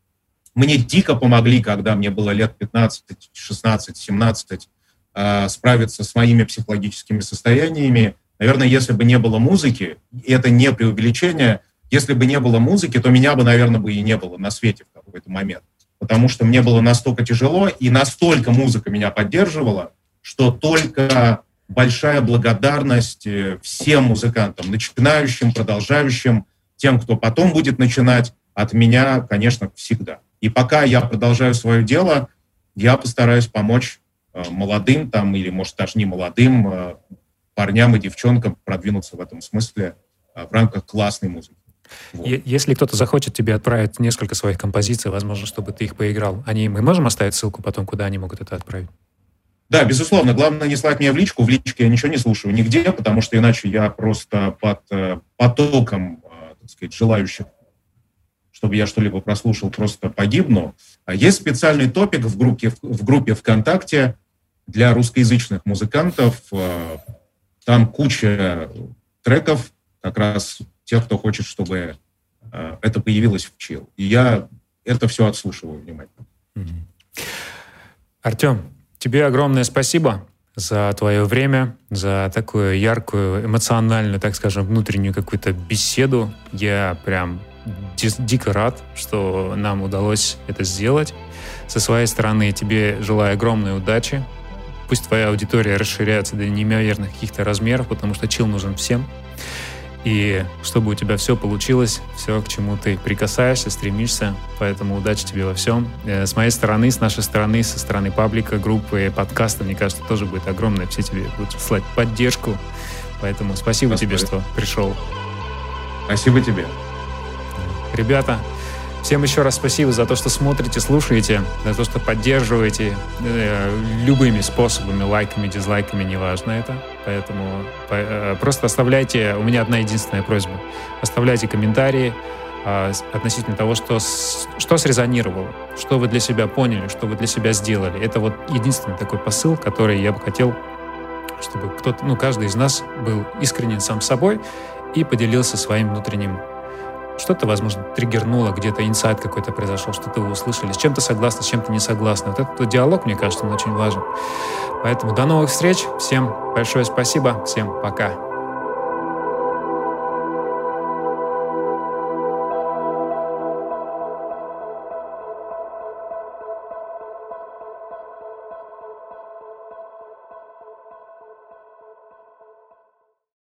[SPEAKER 2] мне дико помогли, когда мне было лет пятнадцать, шестнадцать, семнадцать, справиться с моими психологическими состояниями. Наверное, если бы не было музыки, и это не преувеличение, если бы не было музыки, то меня бы, наверное, бы и не было на свете в какой-то момент. Потому что мне было настолько тяжело, и настолько музыка меня поддерживала, что только большая благодарность всем музыкантам, начинающим, продолжающим, тем, кто потом будет начинать, от меня, конечно, всегда. И пока я продолжаю свое дело, я постараюсь помочь молодым, там, или, может, даже не молодым, парням и девчонкам продвинуться в этом смысле в рамках классной музыки. Вот.
[SPEAKER 1] Если кто-то захочет тебе отправить несколько своих композиций, возможно, чтобы ты их поиграл, они, мы можем оставить ссылку потом, куда они могут это отправить?
[SPEAKER 2] Да, безусловно. Главное не слать мне в личку. В личке я ничего не слушаю нигде, потому что иначе я просто под э, потоком, э, так сказать, желающих, чтобы я что-либо прослушал, просто погибну. Есть специальный топик в группе, в группе ВКонтакте для русскоязычных музыкантов. Э, там куча треков, как раз тех, кто хочет, чтобы э, это появилось в чил. И я это все отслушиваю внимательно.
[SPEAKER 1] Mm-hmm. Артем, тебе огромное спасибо за твое время, за такую яркую, эмоциональную, так скажем, внутреннюю какую-то беседу. Я прям ди- дико рад, что нам удалось это сделать. Со своей стороны тебе желаю огромной удачи. Пусть твоя аудитория расширяется до неимоверных каких-то размеров, потому что чил нужен всем. И чтобы у тебя все получилось, все, к чему ты прикасаешься, стремишься. Поэтому удачи тебе во всем. С моей стороны, с нашей стороны, со стороны паблика, группы, подкаста, мне кажется, тоже будет огромное. Все тебе будут слать поддержку. Поэтому спасибо Господи. тебе, что пришел.
[SPEAKER 2] Спасибо тебе.
[SPEAKER 1] Ребята, всем еще раз спасибо за то, что смотрите, слушаете, за то, что поддерживаете э, любыми способами, лайками, дизлайками, неважно это. Поэтому э, просто оставляйте, у меня одна единственная просьба, оставляйте комментарии э, относительно того, что, с, что срезонировало, что вы для себя поняли, что вы для себя сделали. Это вот единственный такой посыл, который я бы хотел, чтобы кто-то, ну, каждый из нас был искренен сам собой и поделился своим внутренним. Что-то, возможно, триггернуло, где-то инсайт какой-то произошел, что-то вы услышали, с чем-то согласны, с чем-то не согласны. Вот этот диалог, мне кажется, он очень важен. Поэтому до новых встреч. Всем большое спасибо. Всем пока.